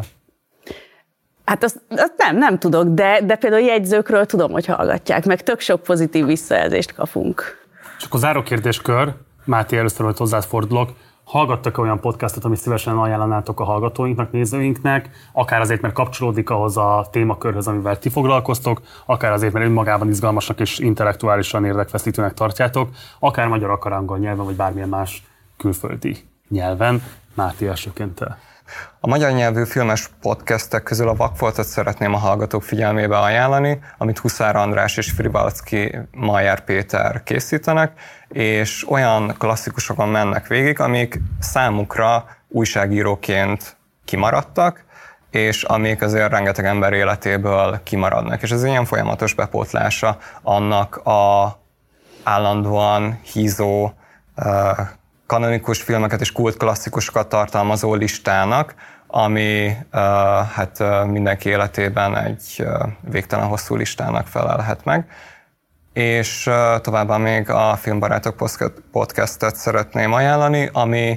Speaker 7: Hát azt nem tudok, de például jegyzőkről tudom, hogy hallgatják, meg tök sok pozitív visszajelzést kapunk.
Speaker 2: És akkor záró kérdéskör, Máté, először, hogy hozzád fordulok. Hallgattak olyan podcastot, amit szívesen ajánlanátok a hallgatóinknak, nézőinknek, akár azért, mert kapcsolódik ahhoz a témakörhöz, amivel ti foglalkoztok, akár azért, mert önmagában izgalmasnak és intellektuálisan érdekfeszítőnek tartjátok, akár magyar, akár angol nyelven, vagy bármilyen más külföldi nyelven. Máté, elsőként te.
Speaker 8: A magyar nyelvű filmes podcastek közül a Vakfoltot szeretném a hallgatók figyelmébe ajánlani, amit Huszár András és Frivalczky Majár Péter készítenek, és olyan klasszikusokon mennek végig, amik számukra újságíróként kimaradtak, és amik azért rengeteg ember életéből kimaradnak. És ez ilyen folyamatos bepótlása annak a állandóan hízó kanonikus filmeket és kultklasszikusokat tartalmazó listának, ami hát mindenki életében egy végtelen hosszú listának felelhet meg. És továbbá még a Filmbarátok podcastet szeretném ajánlani, ami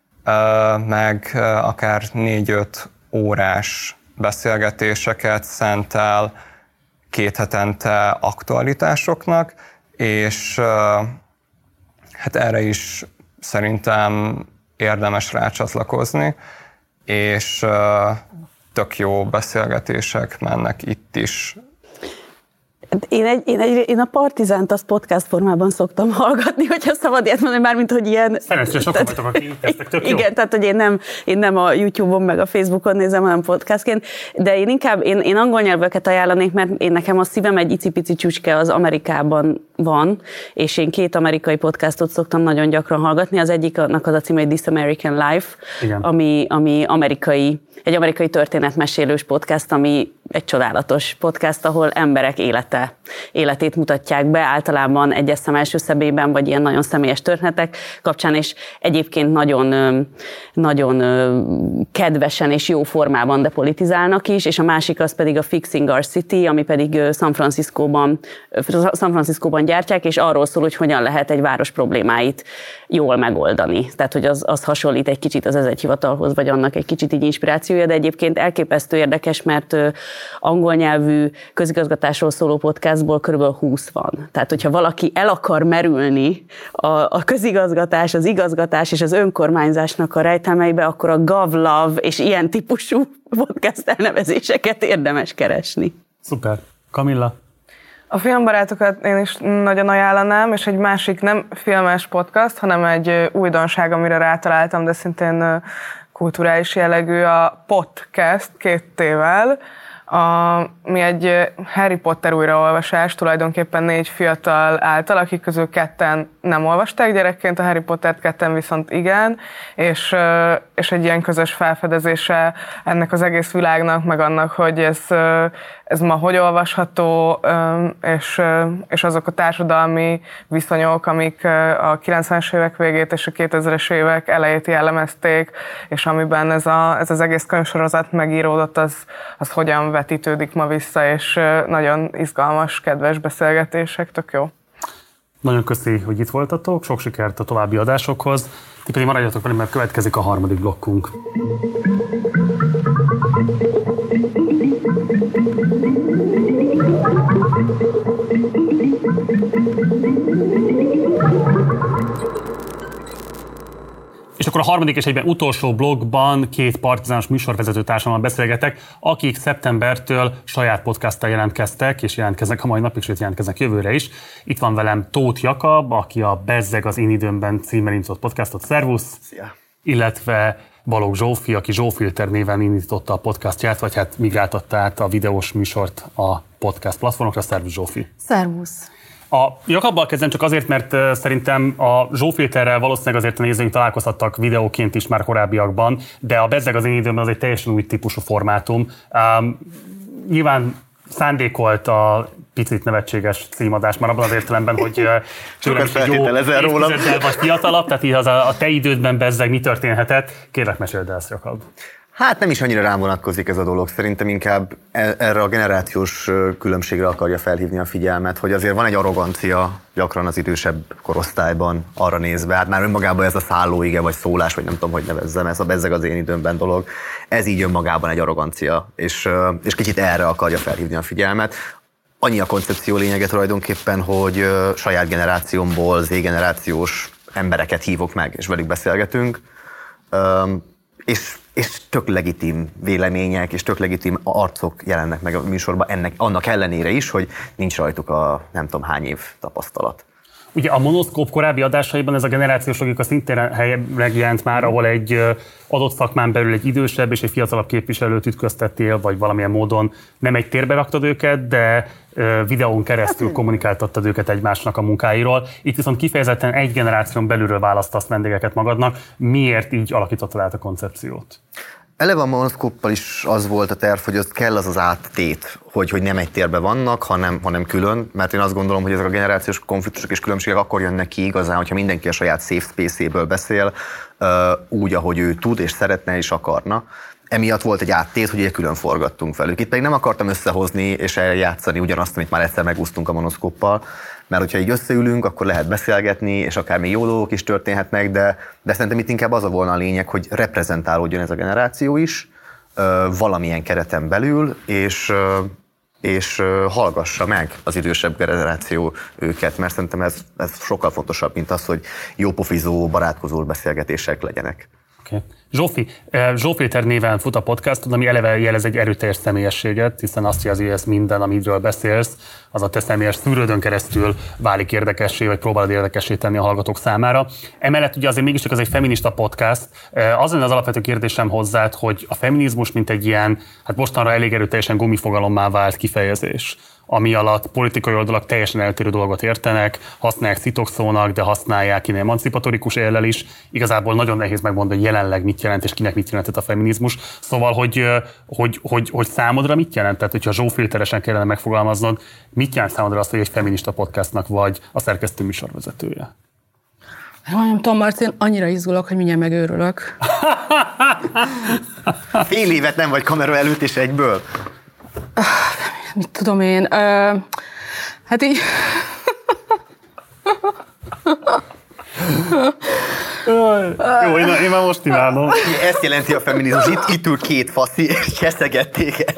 Speaker 8: meg akár 4-5 órás beszélgetéseket szentel 2 hetente aktualitásoknak, és hát erre is szerintem érdemes rácsatlakozni, és tök jó beszélgetések mennek itt is.
Speaker 7: Én a Partizánt azt podcast formában szoktam hallgatni, hogyha szabad ilyet mondani, mármint, hogy ilyen...
Speaker 2: Szerencsére sokan vagytok, akik tesznek, tök jó.
Speaker 7: Igen, tehát, hogy én nem a YouTube-on meg a Facebookon nézem, hanem podcastként, de én angol nyelveket ajánlanék, mert nekem a szívem egy icipici csücske az Amerikában van, és én 2 amerikai podcastot szoktam nagyon gyakran hallgatni. Az egyiknek az a címe, hogy This American Life, ami egy amerikai történetmesélős podcast, ami egy csodálatos podcast, ahol emberek életét mutatják be, általában egy eszem első szemében, vagy ilyen nagyon személyes történetek kapcsán, és egyébként nagyon kedvesen és jó formában depolitizálnak is, és a másik az pedig a Fixing Our City, ami pedig San Franciscóban gyártják, és arról szól, hogy hogyan lehet egy város problémáit jól megoldani. Tehát, hogy az hasonlít egy kicsit az Ez-egy-hivatalhoz, vagy annak egy kicsit így inspirációja, de egyébként elképesztő érdekes, mert angol nyelvű közigazgatásról szóló podcastból körülbelül 20 van. Tehát, hogyha valaki el akar merülni a közigazgatás, az igazgatás és az önkormányzásnak a rejtelmeibe, akkor a GovLove és ilyen típusú podcast elnevezéseket érdemes keresni.
Speaker 2: Szuper. Kamilla?
Speaker 9: A Filmbarátokat én is nagyon ajánlanám, és egy másik nem filmes podcast, hanem egy újdonság, amire rátaláltam, de szintén kulturális jellegű, a podcast 2 T-vel, mi egy Harry Potter újraolvasás, tulajdonképpen 4 fiatal által, akik közül 2 nem olvasták gyerekként, a Harry Pottert 2 viszont igen, és egy ilyen közös felfedezése ennek az egész világnak, meg annak, hogy ez ma hogy olvasható, és azok a társadalmi viszonyok, amik a 90-es évek végét és a 2000-es évek elejét jellemezték, és amiben ez az egész könyvsorozat megíródott, az hogyan vetítődik ma vissza, és nagyon izgalmas, kedves beszélgetések, tök jó.
Speaker 2: Nagyon köszi, hogy itt voltatok, sok sikert a további adásokhoz. Ti pedig maradjatok velünk, mert következik a 3. blokkunk. akkor a harmadik és egyben utolsó blogban 2 partizános műsorvezető társammal beszélgetek, akik szeptembertől saját podcasttal jelentkeztek, és jelentkeznek a mai napig, sőt jelentkeznek jövőre is. Itt van velem Tóth Jakab, aki a Bezzeg az én időmben címmel indított podcastot. Szervusz!
Speaker 1: Szia!
Speaker 2: Illetve Balogh Zsófi, aki Zsófilter néven indította a podcastját, vagy hát migráltatta át a videós műsort a podcast platformokra. Szervusz, Zsófi!
Speaker 3: Szervusz!
Speaker 2: A Jakabbal kezdem csak azért, mert szerintem a Zsófilterrel valószínűleg azért a nézőink találkozhattak videóként is már korábbiakban, de a Bezzeg az én időmben az egy teljesen új típusú formátum. Nyilván szándékolt a picit nevetséges címadás, már abban az értelemben, hogy tőlem is egy jó évtizeddel vagy fiatalabb, tehát így az a te idődben Bezzeg mi történhetett? Kérlek, meséld el ezt, Jakab.
Speaker 1: Hát nem is annyira rám vonatkozik ez a dolog, szerintem inkább erre a generációs különbségre akarja felhívni a figyelmet, hogy azért van egy arrogancia gyakran az idősebb korosztályban arra nézve, hát már önmagában ez a szállóige, vagy szólás, vagy nem tudom, hogy nevezzem, ez a Bezzeg az én időmben dolog, ez így önmagában egy arrogancia, és kicsit erre akarja felhívni a figyelmet. Annyi a koncepció lényege tulajdonképpen, hogy saját generációmból Z-generációs embereket hívok meg, és velük beszélgetünk, és tök legitim vélemények, és tök legitim arcok jelennek meg a műsorban, annak ellenére is, hogy nincs rajtuk a nem tudom hány év tapasztalat.
Speaker 2: Ugye a Monoszkóp korábbi adásaiban ez a generációs logika szintén megjelent már, ahol egy adott szakmán belül egy idősebb és egy fiatalabb képviselőt ütköztettél, vagy valamilyen módon nem egy térbe raktad őket, de videón keresztül kommunikáltattad őket egymásnak a munkáiról. Itt viszont kifejezetten egy generáción belülről választasz vendégeket magadnak. Miért így alakítottad át a koncepciót?
Speaker 1: Eleve a Monoszkóppal is az volt a terv, hogy az kell az áttét, hogy nem egy térben vannak, hanem külön, mert én azt gondolom, hogy ezek a generációs konfliktusok és különbségek akkor jönnek ki igazán, hogyha mindenki a saját safe space-éből beszél, úgy, ahogy ő tud és szeretne és akarna. Emiatt volt egy áttét, hogy külön forgattunk velük. Itt pedig nem akartam összehozni és eljátszani ugyanazt, amit már egyszer megúsztunk a Monoszkóppal, mert hogyha így összeülünk, akkor lehet beszélgetni, és akár még jó dolgok is történhetnek, de szerintem itt inkább az a volna a lényeg, hogy reprezentálódjon ez a generáció is valamilyen kereten belül, és hallgassa meg az idősebb generáció őket, mert szerintem ez sokkal fontosabb, mint az, hogy jópofizó, barátkozó beszélgetések legyenek.
Speaker 2: Okay. Zsófi, Zsófilter néven fut a podcastod, ami eleve jelez egy erőteljes személyességet, hiszen azt jelzi, hogy ez minden, amiről beszélsz, az a te személyes szűrődön keresztül válik érdekessé, vagy próbálod érdekessé tenni a hallgatók számára. Emellett ugye azért mégiscsak az egy feminista podcast. Az lenne az alapvető kérdésem hozzád, hogy a feminizmus mint egy ilyen, hát mostanra elég erőteljesen gumifogalommá vált kifejezés, ami alatt politikai oldalak teljesen eltérő dolgot értenek, használják szitokszónak, de használják ilyen emancipatorikus éllel is. Igazából nagyon nehéz megmondani, hogy jelenleg mit jelent, és kinek mit jelentett a feminizmus. Szóval, hogy számodra mit jelent? Tehát, hogyha Zsófilteresen kellene megfogalmaznod, mit jelent számodra azt, hogy egy feminista podcastnak vagy a szerkesztő műsorvezetője?
Speaker 3: Nem tudom, Marcin, annyira izgulok, hogy mindjárt megőrülök.
Speaker 1: Fél évet nem vagy kamera előtt, és egyből?
Speaker 3: Mit tudom én? Hát így...
Speaker 2: Jó, én már most imádom.
Speaker 1: Ezt jelenti a feminizmus. Itt ül két faszi, és cseszeget téged.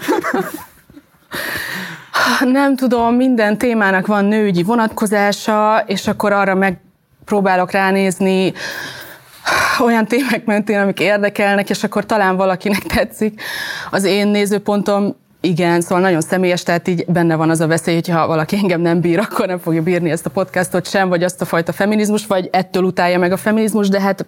Speaker 3: Nem tudom, minden témának van nőügyi vonatkozása, és akkor arra megpróbálok ránézni olyan témák mentén, amik érdekelnek, és akkor talán valakinek tetszik. Az én nézőpontom igen, szóval nagyon személyes, tehát így benne van az a veszély, hogyha valaki engem nem bír, akkor nem fogja bírni ezt a podcastot sem, vagy azt a fajta feminizmus, vagy ettől utálja meg a feminizmus, de hát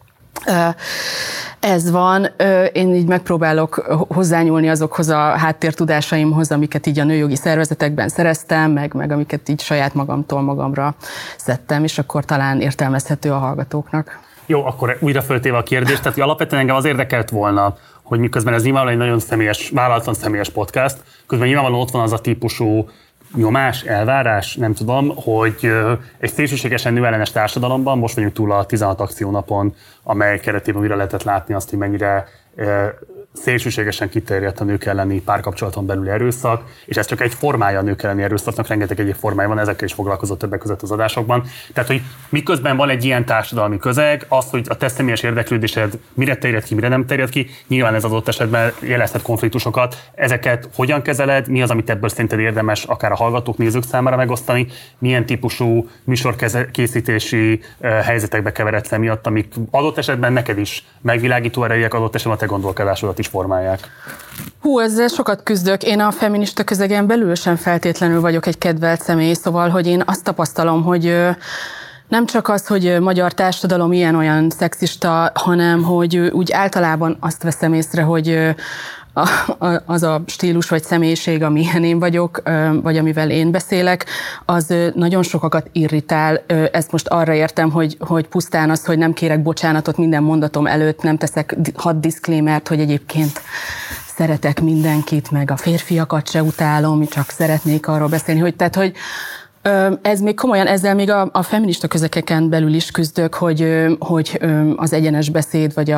Speaker 3: ez van. Én így megpróbálok hozzányúlni azokhoz a háttértudásaimhoz, amiket így a nőjogi szervezetekben szereztem, meg amiket így saját magamtól magamra szedtem, és akkor talán értelmezhető a hallgatóknak.
Speaker 2: Jó, akkor újra föltéve a kérdést, tehát alapvetően engem az érdekelt volna, hogy miközben ez nyilvánvalóan egy nagyon személyes, vállaltan személyes podcast, közben nyilvánvalóan ott van az a típusú nyomás, elvárás, nem tudom, hogy egy szélsőségesen nőellenes társadalomban, most vagyunk túl a 16 akciónapon, amely keretében újra lehetett látni azt, hogy mennyire szélsőségesen kiterjedt a nők elleni párkapcsolaton belüli erőszak, és ez csak egy formája a nők elleni erőszaknak, rengeteg egyéb formája van, ezekkel is foglalkozott többek között az adásokban. Tehát, hogy miközben van egy ilyen társadalmi közeg, az, hogy a te személyes érdeklődésed mire terjed ki, mire nem terjed ki, nyilván ez adott esetben jelezhet konfliktusokat. Ezeket hogyan kezeled, mi az, amit ebből szerinted érdemes akár a hallgatók, nézők számára megosztani, milyen típusú műsorkészítési helyzetekbe keveredsz miatt, amik adott esetben neked is megvilágító erejűek, adott esetben a te gondolkodásodat is formálják.
Speaker 3: Ezzel sokat küzdök. Én a feminista közegen belül sem feltétlenül vagyok egy kedvelt személy, szóval, hogy én azt tapasztalom, hogy nem csak az, hogy magyar társadalom ilyen-olyan szexista, hanem hogy úgy általában azt veszem észre, hogy az a stílus vagy személyiség, amilyen én vagyok, vagy amivel én beszélek, az nagyon sokakat irritál. Ezt most arra értem, hogy pusztán az, hogy nem kérek bocsánatot minden mondatom előtt, nem teszek 6 diszklémert, hogy egyébként szeretek mindenkit, meg a férfiakat se utálom, csak szeretnék arról beszélni, hogy ez még komolyan, ezzel még a feminista közegeken belül is küzdök, hogy az egyenes beszéd, vagy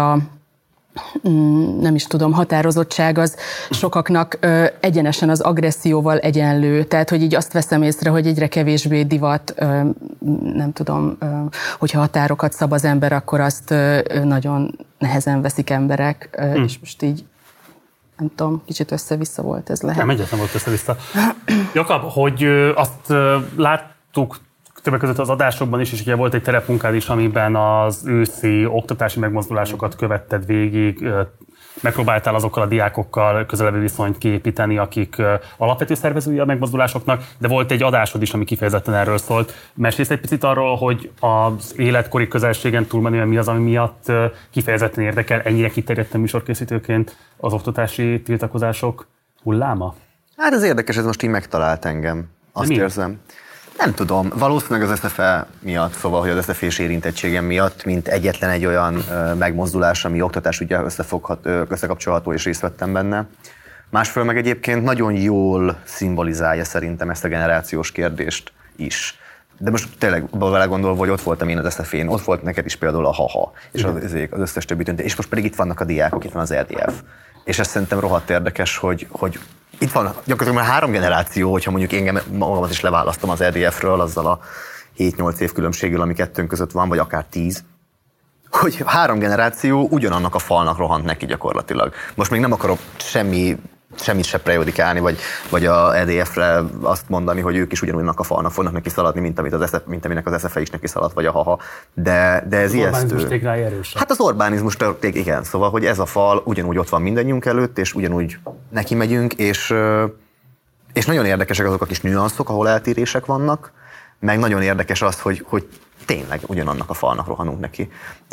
Speaker 3: nem is tudom, határozottság az sokaknak egyenesen az agresszióval egyenlő. Tehát, hogy így azt veszem észre, hogy egyre kevésbé divat, nem tudom, hogyha határokat szab az ember, akkor azt nagyon nehezen veszik emberek, és most így nem tudom, kicsit össze-vissza volt ez lehet.
Speaker 2: Nem, egyáltalán volt össze-vissza. Jakab, hogy azt láttuk többek között az adásokban is, és ugye volt egy terepmunkád is, amiben az őszi oktatási megmozdulásokat követted végig, megpróbáltál azokkal a diákokkal közelebbi viszonyt kiépíteni, akik alapvető szervezői a megmozdulásoknak, de volt egy adásod is, ami kifejezetten erről szólt. Mesélsz egy picit arról, hogy az életkori közelségen túlmenően mi az, ami miatt kifejezetten érdekel ennyire kiterjedten műsorkészítőként az oktatási tiltakozások hulláma?
Speaker 1: Hát ez érdekes, ez most így megtalált engem. Azt érzem. Nem tudom, valószínűleg az SZFE miatt, szóval, hogy az SZFE-s érintettségem miatt, mint egyetlen egy olyan megmozdulás, ami oktatás ugye összekapcsolható, és részt vettem benne. Másfél meg egyébként nagyon jól szimbolizálja szerintem ezt a generációs kérdést is. De most tényleg vele gondolva, hogy ott voltam én az SZFE-n, ott volt neked is például a HAHA, és az összes többi döntés, és most pedig itt vannak a diákok, itt van az RDF. És ez szerintem rohadt érdekes, hogy itt van gyakorlatilag már 3 generáció, hogyha mondjuk én magamat is leválasztom az RDF-ről, azzal a 7-8 év különbséggel, ami kettőnk között van, vagy akár 10, hogy 3 generáció ugyanannak a falnak rohant neki gyakorlatilag. Most még nem akarok semmit se prejudikálni, vagy a EDF-re azt mondani, hogy ők is ugyanúgynak a falnak fognak neki szaladni, mint aminek az SZFE is neki szaladt, vagy a HAHA. De ez ijesztő. Hát az Orbánizmus igen, szóval, hogy ez a fal ugyanúgy ott van mindannyiunk előtt, és ugyanúgy neki megyünk, és nagyon érdekesek azok a kis nüanszok, ahol eltérések vannak, meg nagyon érdekes az, hogy tényleg ugyanannak a falnak rohanunk neki.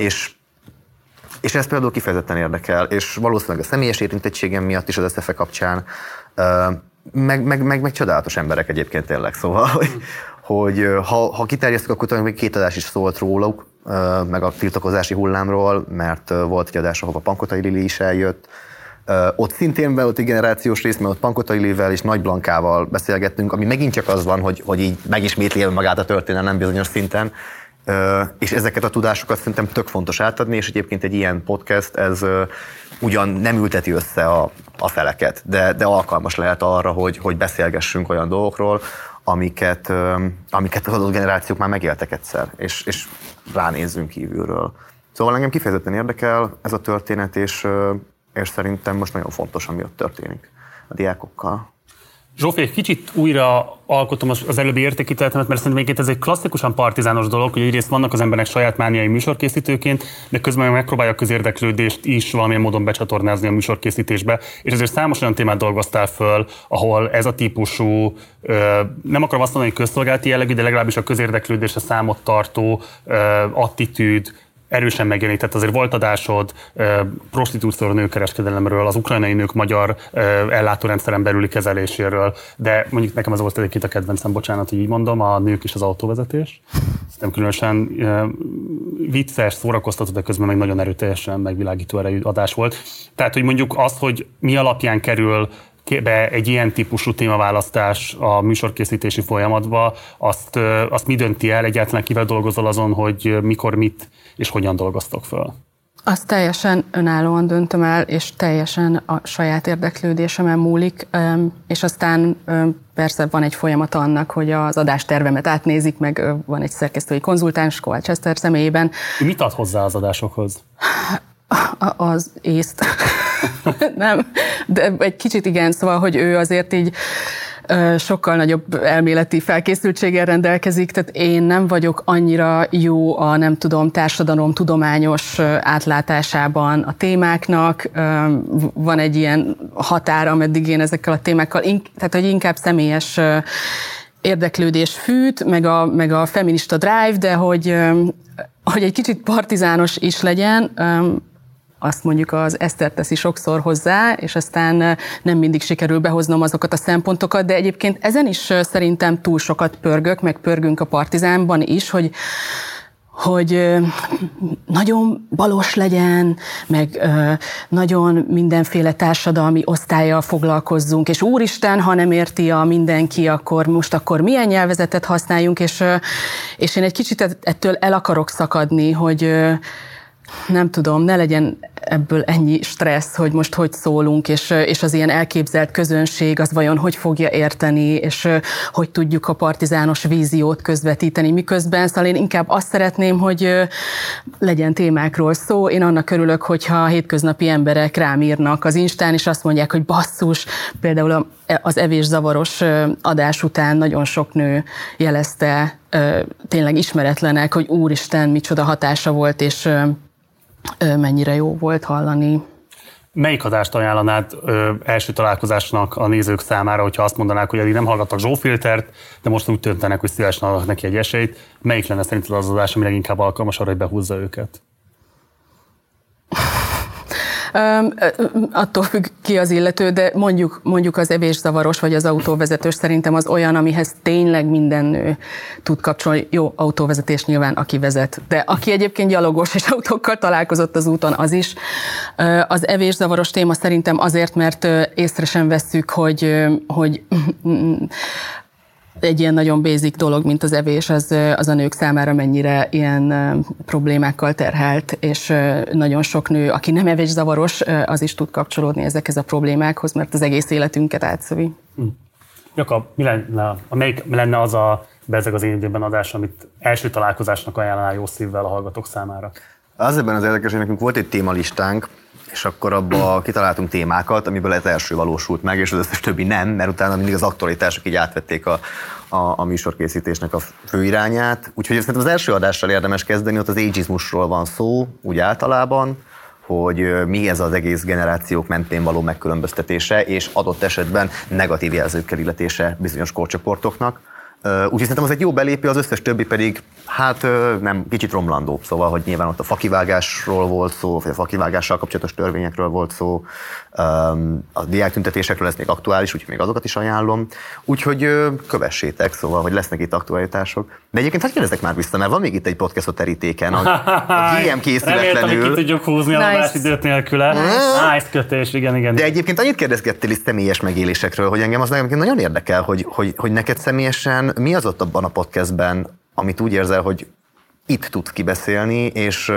Speaker 1: És ez például kifejezetten érdekel, és valószínűleg a személyes érintettségem miatt is az SZFE kapcsán, meg csodálatos emberek egyébként tényleg, szóval, hogy ha kiterjesztük, akkor talán még 2 adás is szólt róluk, meg a tiltakozási hullámról, mert volt egy adás, ahova Pankotai Lili is eljött. Ott szintén volt egy generációs rész, mert ott Pankotai Lilivel és Nagy Blankával beszélgettünk, ami megint csak az van, hogy így megismétli magát a történelem bizonyos szinten, és ezeket a tudásokat szerintem tök fontos átadni, és egyébként egy ilyen podcast, ez ugyan nem ülteti össze a feleket, de alkalmas lehet arra, hogy beszélgessünk olyan dolgokról, amiket az adott generációk már megéltek egyszer, és ránézzünk kívülről. Szóval engem kifejezetten érdekel ez a történet, és szerintem most nagyon fontos, ami ott történik a diákokkal.
Speaker 2: Zsófi, egy kicsit újra alkotom az előbbi értékítéletemet, mert szerintem ez egy klasszikusan partizános dolog, hogy egyrészt vannak az emberek saját mániai műsorkészítőként, de közben megpróbálja a közérdeklődést is valamilyen módon becsatornázni a műsorkészítésbe, és ezért számos olyan témát dolgoztál föl, ahol ez a típusú, nem akarom azt mondani, hogy közszolgálati jellegű, de legalábbis a közérdeklődésre számot tartó attitűd erősen megjelenített. Azért volt adásod prostitúcióról, nőkereskedelemről, az ukrajnai nők magyar ellátórendszeren belüli kezeléséről, de mondjuk nekem ez volt egyébként a kedvencem, bocsánat, hogy így mondom, a nők és az autóvezetés. Szerintem különösen vicces, szórakoztató, de közben meg nagyon erőteljesen megvilágító erejű adás volt. Tehát, hogy mondjuk azt, hogy mi alapján kerül be egy ilyen típusú témaválasztás a műsorkészítési folyamatba, azt mi dönti el, egyáltalán kivel dolgozol azon, hogy mikor, mit és hogyan dolgoztok föl?
Speaker 3: Azt teljesen önállóan döntöm el, és teljesen a saját érdeklődésemen múlik, és aztán persze van egy folyamat annak, hogy az adástervemet átnézik, meg van egy szerkesztői konzultáns Kovács Eszter személyében.
Speaker 2: Mit ad hozzá az adásokhoz?
Speaker 3: Az észt. Nem, de egy kicsit igen, szóval, hogy ő azért így sokkal nagyobb elméleti felkészültséggel rendelkezik, tehát én nem vagyok annyira jó a, nem tudom, társadalom tudományos átlátásában a témáknak. Van egy ilyen határ, ameddig én ezekkel a témákkal, tehát hogy inkább személyes érdeklődés fűt, meg a feminista drive, de hogy egy kicsit partizános is legyen, azt mondjuk az Eszter teszi sokszor hozzá, és aztán nem mindig sikerül behoznom azokat a szempontokat, de egyébként ezen is szerintem túl sokat pörgünk a Partizánban is, hogy nagyon balos legyen, meg nagyon mindenféle társadalmi osztállyal foglalkozzunk, és úristen, ha nem érti a mindenki, akkor milyen nyelvezetet használjunk, és én egy kicsit ettől el akarok szakadni, hogy nem tudom, ne legyen ebből ennyi stressz, hogy most hogy szólunk, és az ilyen elképzelt közönség az vajon hogy fogja érteni, és hogy tudjuk a partizános víziót közvetíteni miközben. Szóval én inkább azt szeretném, hogy legyen témákról szó. Én annak örülök, hogyha hétköznapi emberek rám írnak az Instán, és azt mondják, hogy basszus, például az evészavaros adás után nagyon sok nő jelezte, tényleg ismeretlenek, hogy úristen, micsoda hatása volt, és mennyire jó volt hallani.
Speaker 2: Melyik adást ajánlanád első találkozásnak a nézők számára, hogyha azt mondanák, hogy eddig nem hallgattak Zsófiltert, de most úgy döntenek, hogy szívesen adnak neki egy esélyt. Melyik lenne szerinted az adás, ami leginkább alkalmas arra, hogy behúzza őket?
Speaker 3: Attól függ ki az illető, de mondjuk az evészavaros vagy az autóvezetős szerintem az olyan, amihez tényleg minden nő tud kapcsolni. Jó, autóvezetés nyilván, aki vezet, de aki egyébként gyalogos és autókkal találkozott az úton, az is. Az evészavaros téma szerintem azért, mert észre sem vesszük, hogy egy ilyen nagyon basic dolog, mint az evés, az a nők számára mennyire ilyen problémákkal terhelt, és nagyon sok nő, aki nem evészavaros, az is tud kapcsolódni ezekhez a problémákhoz, mert az egész életünket átszövi.
Speaker 2: Jakab, melyik lenne az a Bezzeg az én időben adás, amit első találkozásnak ajánlanál jó szívvel a hallgatók számára?
Speaker 1: Az ebben az érdekes, hogy nekünk volt egy témalistánk, és akkor abba kitaláltunk témákat, amiből az első valósult meg, és az összes többi nem, mert utána mindig az aktualitások így átvették a műsorkészítésnek a főirányát. Úgyhogy szerintem az első adással érdemes kezdeni, ott az ageizmusról van szó, úgy általában, hogy mi ez az egész generációk mentén való megkülönböztetése, és adott esetben negatív jelzőkkel illetése bizonyos korcsoportoknak. Úgyhogy szerintem az egy jó belépő, az összes többi pedig, hát nem, kicsit romlandó. Szóval, hogy nyilván ott a fakivágásról volt szó, vagy a fakivágással kapcsolatos törvényekről volt szó, a diáktüntetésekről ez még aktuális, úgyhogy még azokat is ajánlom. Úgyhogy kövessétek, szóval, hogy lesznek itt aktualitások. De egyébként hát kérdezzek már vissza, mert van még itt egy podcastot terítéken, a GM készületlenül.
Speaker 2: Reméltem, hogy ki tudjuk húzni a adásidőt nélküle. Nice kötés, igen.
Speaker 1: De egyébként annyit kérdezgettél itt személyes megélésekről, hogy engem az nagyon érdekel, hogy neked személyesen mi az ott abban a podcastben, amit úgy érzel, hogy itt tudsz kibeszélni,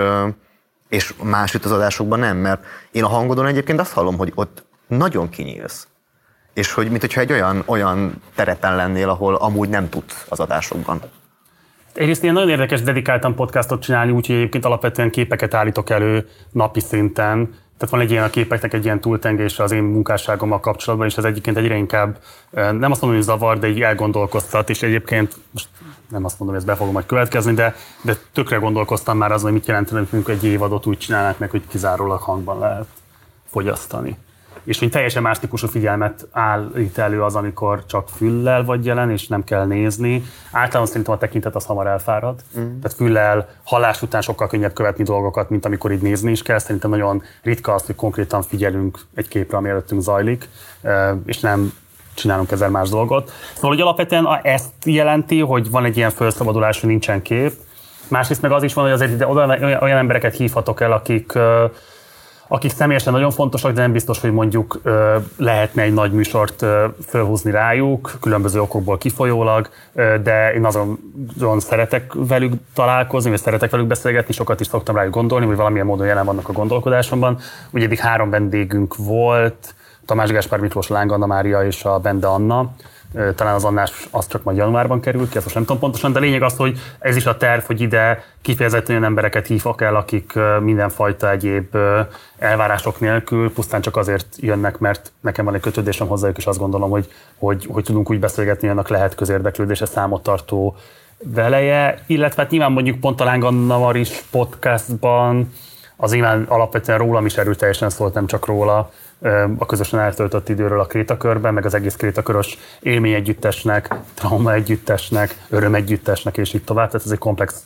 Speaker 1: és más itt az adásokban nem, mert én a hangodon egyébként azt hallom, hogy ott nagyon kinyílsz. És hogy mintha egy olyan terepen lennél, ahol amúgy nem tudsz az adásokban.
Speaker 2: Egyrészt ilyen nagyon érdekes dedikáltan podcastot csinálni, úgyhogy egyébként alapvetően képeket állítok elő napi szinten. Tehát van egy ilyen a képeknek egy ilyen túltengése az én munkásságommal kapcsolatban, és ez egyébként egyre inkább, nem azt mondom, hogy zavar, de így elgondolkoztat, és egyébként most nem azt mondom, hogy ez be fogom majd következni, de tökre gondolkoztam már azon, hogy mit jelentene, hogy egy évadot úgy csinálnák meg, hogy kizárólag hangban lehet fogyasztani. És hogy teljesen más típusú figyelmet állít elő az, amikor csak füllel vagy jelen, és nem kell nézni. Általában szerintem a tekintet az hamar elfárad. Tehát füllel, hallás után sokkal könnyebb követni dolgokat, mint amikor így nézni is kell. Szerintem nagyon ritka az, hogy konkrétan figyelünk egy képre, ami előttünk zajlik, és nem csinálunk ezzel más dolgot. Szóval, hogy alapvetően ezt jelenti, hogy van egy ilyen felszabadulás, hogy nincsen kép. Másrészt meg az is van, hogy azért ide olyan embereket hívhatok el, akik személyesen nagyon fontosak, de nem biztos, hogy mondjuk lehetne egy nagy műsort fölhúzni rájuk, különböző okokból kifolyólag, de én azon szeretek velük találkozni, vagy szeretek velük beszélgetni, sokat is szoktam rájuk gondolni, hogy valamilyen módon jelen vannak a gondolkodásomban. Ugye eddig 3 vendégünk volt, Tamás Gáspár Miklós, Láng Anna Mária és a Bende Anna. Talán az Annás az csak majd januárban kerül ki, ezt most nem tudom pontosan, de lényeg az, hogy ez is a terv, hogy ide kifejezetten olyan embereket hívok el, akik mindenfajta egyéb elvárások nélkül pusztán csak azért jönnek, mert nekem van egy kötődésem hozzájuk, és azt gondolom, hogy tudunk úgy beszélgetni, annak lehet közérdeklődése, számottartó veleje, illetve hát nyilván mondjuk pont a Láng Anna Maris podcastban az nyilván alapvetően rólam is erőteljesen szólt, nem csak róla, a közösen eltöltött időről a Krétakörben, meg az egész Krétakörös élmény együttesnek, trauma együttesnek, öröm együttesnek, és így tovább. Tehát ez egy komplex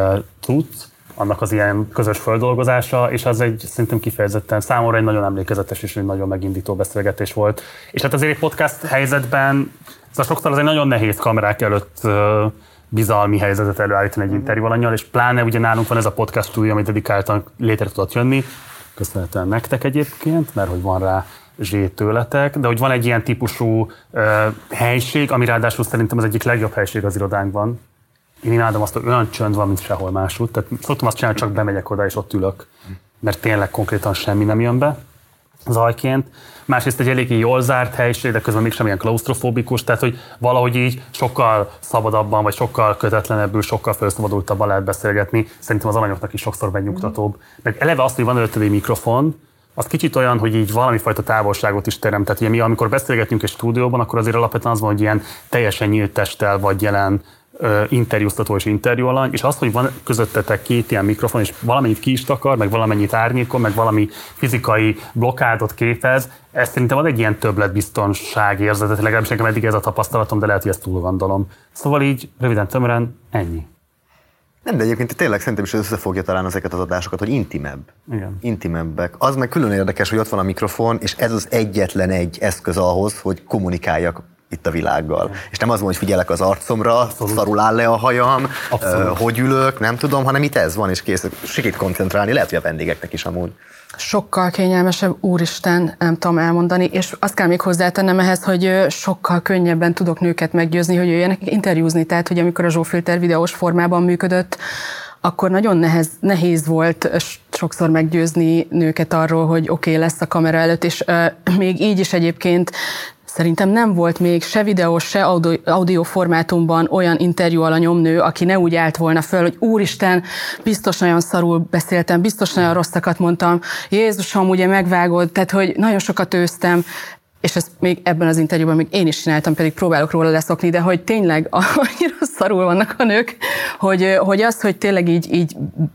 Speaker 2: cucc, annak az ilyen közös földolgozása, és az egy szerintem kifejezetten számomra egy nagyon emlékezetes és egy nagyon megindító beszélgetés volt. És hát azért egy podcast helyzetben, szóval sokszor az egy nagyon nehéz kamerák előtt bizalmi helyzetet előállítani egy interjú alannyal, és pláne ugye nálunk van ez a podcast stúdió, amit dedikáltan létre tudott jönni, köszönhetően nektek egyébként, mert hogy van rá zsét tőletek, de hogy van egy ilyen típusú helység, ami ráadásul szerintem az egyik legjobb helység az irodánkban. Én imádom azt, hogy olyan csönd van, mint sehol máshogy. Tehát szoktam azt csinálni, csak bemegyek oda és ott ülök, mert tényleg konkrétan semmi nem jön be zajként. Másrészt egy eléggé jól zárt helység, de közben mégsem ilyen klausztrofóbikus, tehát hogy valahogy így sokkal szabadabban, vagy sokkal kötetlenebbül, sokkal felszabadultabban lehet beszélgetni. Szerintem az alanyoknak is sokszor megnyugtatóbb. Meg eleve azt, hogy van előtted egy mikrofon, az kicsit olyan, hogy így valami fajta távolságot is teremt. Tehát ugye mi, amikor beszélgetünk egy stúdióban, akkor azért alapvetően az van, hogy ilyen teljesen nyílt testtel vagy jelen interjúztató és interjúalany, és az, hogy van közöttetek 2 ilyen mikrofon, és valamennyit ki is takar, meg valamennyit árnyékon, meg valami fizikai blokkádot képez, ez szerintem ad egy ilyen többletbiztonságérzetet, legalábbis nekem eddig ez a tapasztalatom, de lehet, hogy ezt túl gondolom. Szóval így röviden, tömören ennyi.
Speaker 1: Nem, de egyébként tényleg szerintem is összefogja talán ezeket az adásokat, hogy intimebb.
Speaker 2: Igen.
Speaker 1: Intimebbek. Az meg külön érdekes, hogy ott van a mikrofon, és ez az egyetlen egy eszköz ahhoz, hogy kommunikáljak itt a világgal. Igen. És nem az van, hogy figyelek az arcomra, szarul áll le a hajam, hogy ülök, nem tudom, hanem itt ez van, és kész. Sikít koncentrálni, lehet, hogy a vendégeknek is amúgy.
Speaker 3: Sokkal kényelmesebb, úristen, nem tudom elmondani, és azt kell még hozzátennem ehhez, hogy sokkal könnyebben tudok nőket meggyőzni, hogy jöjjenek interjúzni, tehát hogy amikor a Zsófilter videós formában működött, akkor nagyon nehéz volt sokszor meggyőzni nőket arról, hogy oké, lesz a kamera előtt, és még így is egyébként szerintem nem volt még se videós, se audio formátumban olyan interjú alanyom nő, aki ne úgy állt volna föl, hogy úristen, biztos nagyon szarul beszéltem, biztos nagyon rosszakat mondtam, Jézusom, ugye megvágod, tehát hogy nagyon sokat őztem, és ezt még ebben az interjúban még én is csináltam, pedig próbálok róla leszokni, de hogy tényleg annyira szarul vannak a nők, hogy az, hogy tényleg így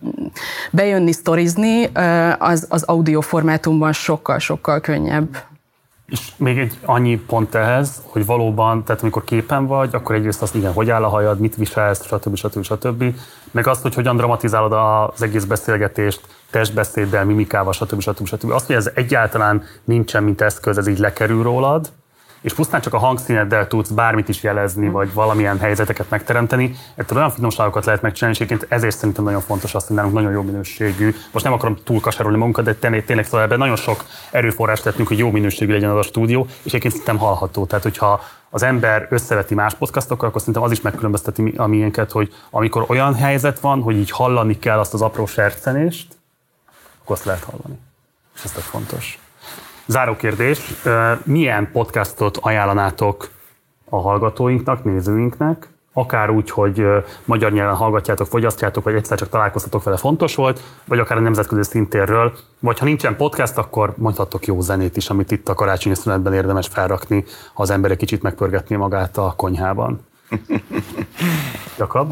Speaker 3: bejönni, sztorizni, az audio formátumban sokkal könnyebb.
Speaker 2: És még egy annyi pont ehhez, hogy valóban, tehát amikor képen vagy, akkor egyrészt azt, igen, hogy áll a hajad, mit viselsz, stb. Meg azt, hogy hogyan dramatizálod az egész beszélgetést, testbeszéddel, mimikával, stb. Azt, hogy ez egyáltalán nincsen, mint eszköz, ez így lekerül rólad, és pusztán csak a hangszíneddel tudsz bármit is jelezni, vagy valamilyen helyzeteket megteremteni, ettől olyan finomságokat lehet megcsinálni, és egyébként ezért szerintem nagyon fontos azt, hogy nálunk nagyon jó minőségű, most nem akarom túl kasárolni magunkat, de tényleg szóval ebben nagyon sok erőforrást tettünk, hogy jó minőségű legyen az a stúdió, és egyébként szerintem hallható. Tehát, hogyha az ember összeveti más podcastokkal, akkor szerintem az is megkülönbözteti a miénket, hogy amikor olyan helyzet van, hogy így hallani kell azt az apró sercenést, akkor azt lehet hallani. És ez tök fontos. Záró kérdés, milyen podcastot ajánlanátok a hallgatóinknak, nézőinknek, akár úgy, hogy magyar nyelven hallgatjátok, fogyasztjátok, vagy egyszer csak találkoztatok vele, fontos volt, vagy akár a nemzetközi szintérről, vagy ha nincsen podcast, akkor mondhattok jó zenét is, amit itt a karácsonyi szünetben érdemes felrakni, ha az ember egy kicsit megpörgetné magát a konyhában. Jakab?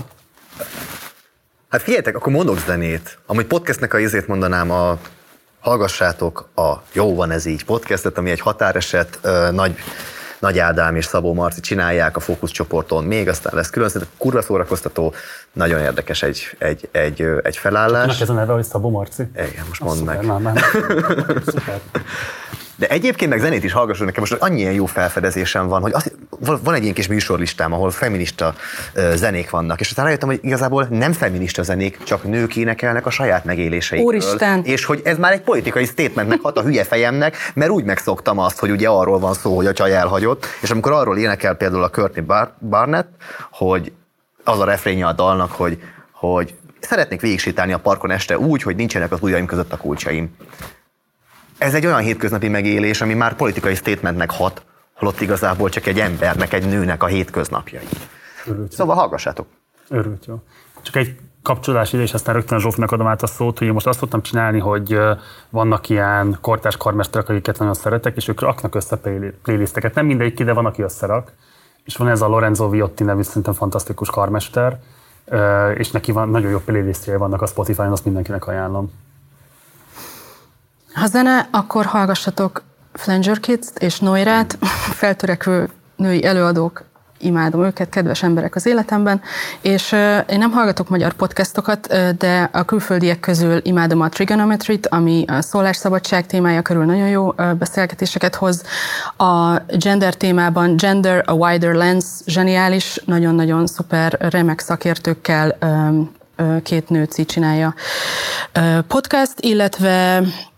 Speaker 1: Hát figyeljetek, akkor mondok zenét. Amúgy podcastnek a izét mondanám, hallgassátok a Jó van ez így podcastet, ami egy határeset, Nagy Ádám és Szabó Marci csinálják a fókuszcsoporton még, aztán lesz külön, kurva szórakoztató, nagyon érdekes egy felállás.
Speaker 2: Csak ez a neve, hogy Szabó Marci?
Speaker 1: Igen, most mondd meg. De egyébként meg zenét is hallgassuk, nekem most annyi ilyen jó felfedezésem van, hogy van egy ilyen kis műsorlistám, ahol feminista zenék vannak, és aztán rájöttem, hogy igazából nem feminista zenék, csak nők énekelnek a saját megéléseikről.
Speaker 3: Úristen!
Speaker 1: És hogy ez már egy politikai statementnek hat a hülye fejemnek, mert úgy megszoktam azt, hogy ugye arról van szó, hogy a csaj elhagyott, és amikor arról énekel például a Courtney Barnett, hogy az a refrénje a dalnak, hogy szeretnék végigsétálni a parkon este úgy, hogy nincsenek az ujjaim között a kulcsaim. Ez egy olyan hétköznapi megélés, ami már politikai statementnek hat, holott igazából csak egy embernek, egy nőnek a hétköznapjai. Szóval hallgassátok.
Speaker 2: Örült, jó. Csak egy kapcsolódás ide, és aztán rögtön Zsófinak adom át a szót, hogy én most azt szoktam csinálni, hogy vannak ilyen kortárs karmesterek, akiket nagyon szeretek, és ők raknak össze playlisteket. Nem mindegyik ide van, aki összerak. És van ez a Lorenzo Viotti nevű szerintem fantasztikus karmester, és neki van nagyon jó playlistjei vannak a Spotify-on, azt mindenkinek ajánlom.
Speaker 3: Ha zene, akkor hallgassatok Flanger Kids-t és Noirát, feltörekvő női előadók, imádom őket, kedves emberek az életemben, és én nem hallgatok magyar podcastokat, de a külföldiek közül imádom a Trigonometry-t, ami a szólásszabadság témája körül nagyon jó beszélgetéseket hoz. A gender témában Gender, a Wider Lens, zseniális, nagyon-nagyon szuper, remek szakértőkkel két nőci csinálja podcast, illetve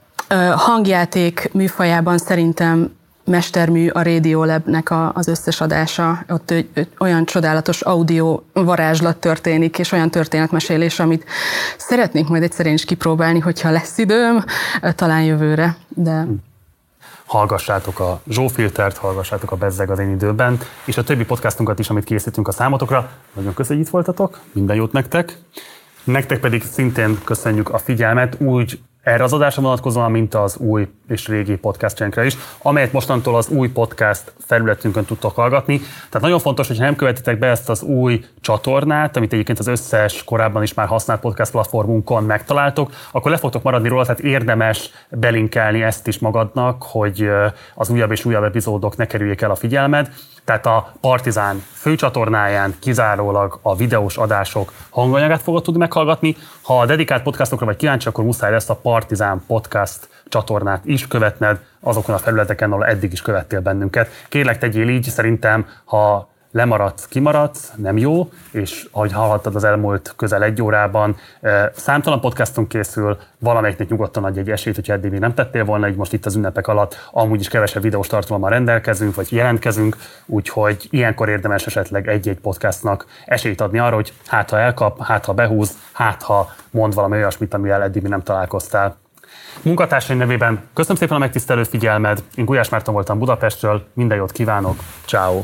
Speaker 3: hangjáték műfajában szerintem mestermű a Radiolabnek az összes adása. Ott olyan csodálatos audio varázslat történik, és olyan történetmesélés, amit szeretnék majd egyszer én is kipróbálni, hogyha lesz időm, talán jövőre. De...
Speaker 2: Hallgassátok a Zsófiltert, hallgassátok a Bezzeg az én időben, és a többi podcastunkat is, amit készítünk a számotokra. Nagyon köszönjük, itt voltatok, minden jót nektek. Nektek pedig szintén köszönjük a figyelmet, úgy erre az adásra vonatkozóan, mint az új és régi podcastjainkra is, amelyet mostantól az új podcast felületünkön tudtok hallgatni. Tehát nagyon fontos, hogyha nem követitek be ezt az új csatornát, amit egyébként az összes korábban is már használt podcast platformunkon megtaláltok, akkor le fogtok maradni róla, tehát érdemes belinkelni ezt is magadnak, hogy az újabb és újabb epizódok ne kerüljék el a figyelmed. Tehát a Partizán főcsatornáján kizárólag a videós adások hanganyagát fogod tudni meghallgatni. Ha a dedikált podcastokra vagy kíváncsi, akkor muszáj lesz a Partizán podcast csatornát is követned azokon a felületeken, ahol eddig is követtél bennünket. Kérlek, tegyél így, szerintem, ha lemaradsz, kimaradsz, nem jó, és ahogy hallhattad az elmúlt közel 1 órában, számtalan podcastunk készül, valamelyiknek nyugodtan adj egy esélyt, hogyha eddig még nem tettél volna, így most itt az ünnepek alatt amúgy is kevesebb videós tartalommal rendelkezünk, vagy jelentkezünk, úgyhogy ilyenkor érdemes esetleg egy-egy podcastnak esélyt adni arra, hogy hát ha elkap, hát ha behúz, hát ha mond valami olyasmit, amivel eddig még nem találkoztál. Munkatársaim nevében köszönöm szépen a megtisztelő figyelmed, én Gulyás Márton voltam Budapestről, minden jót kívánok, ciao.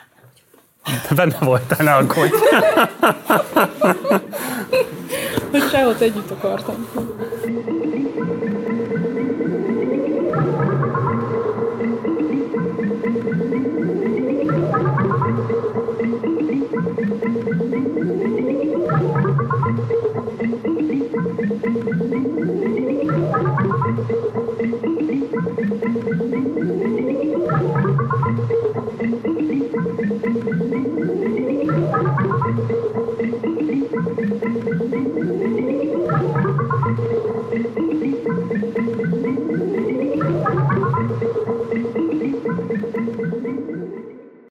Speaker 2: Benne voltál, ne aggódj!
Speaker 5: Hogy ciao-t együtt akartam.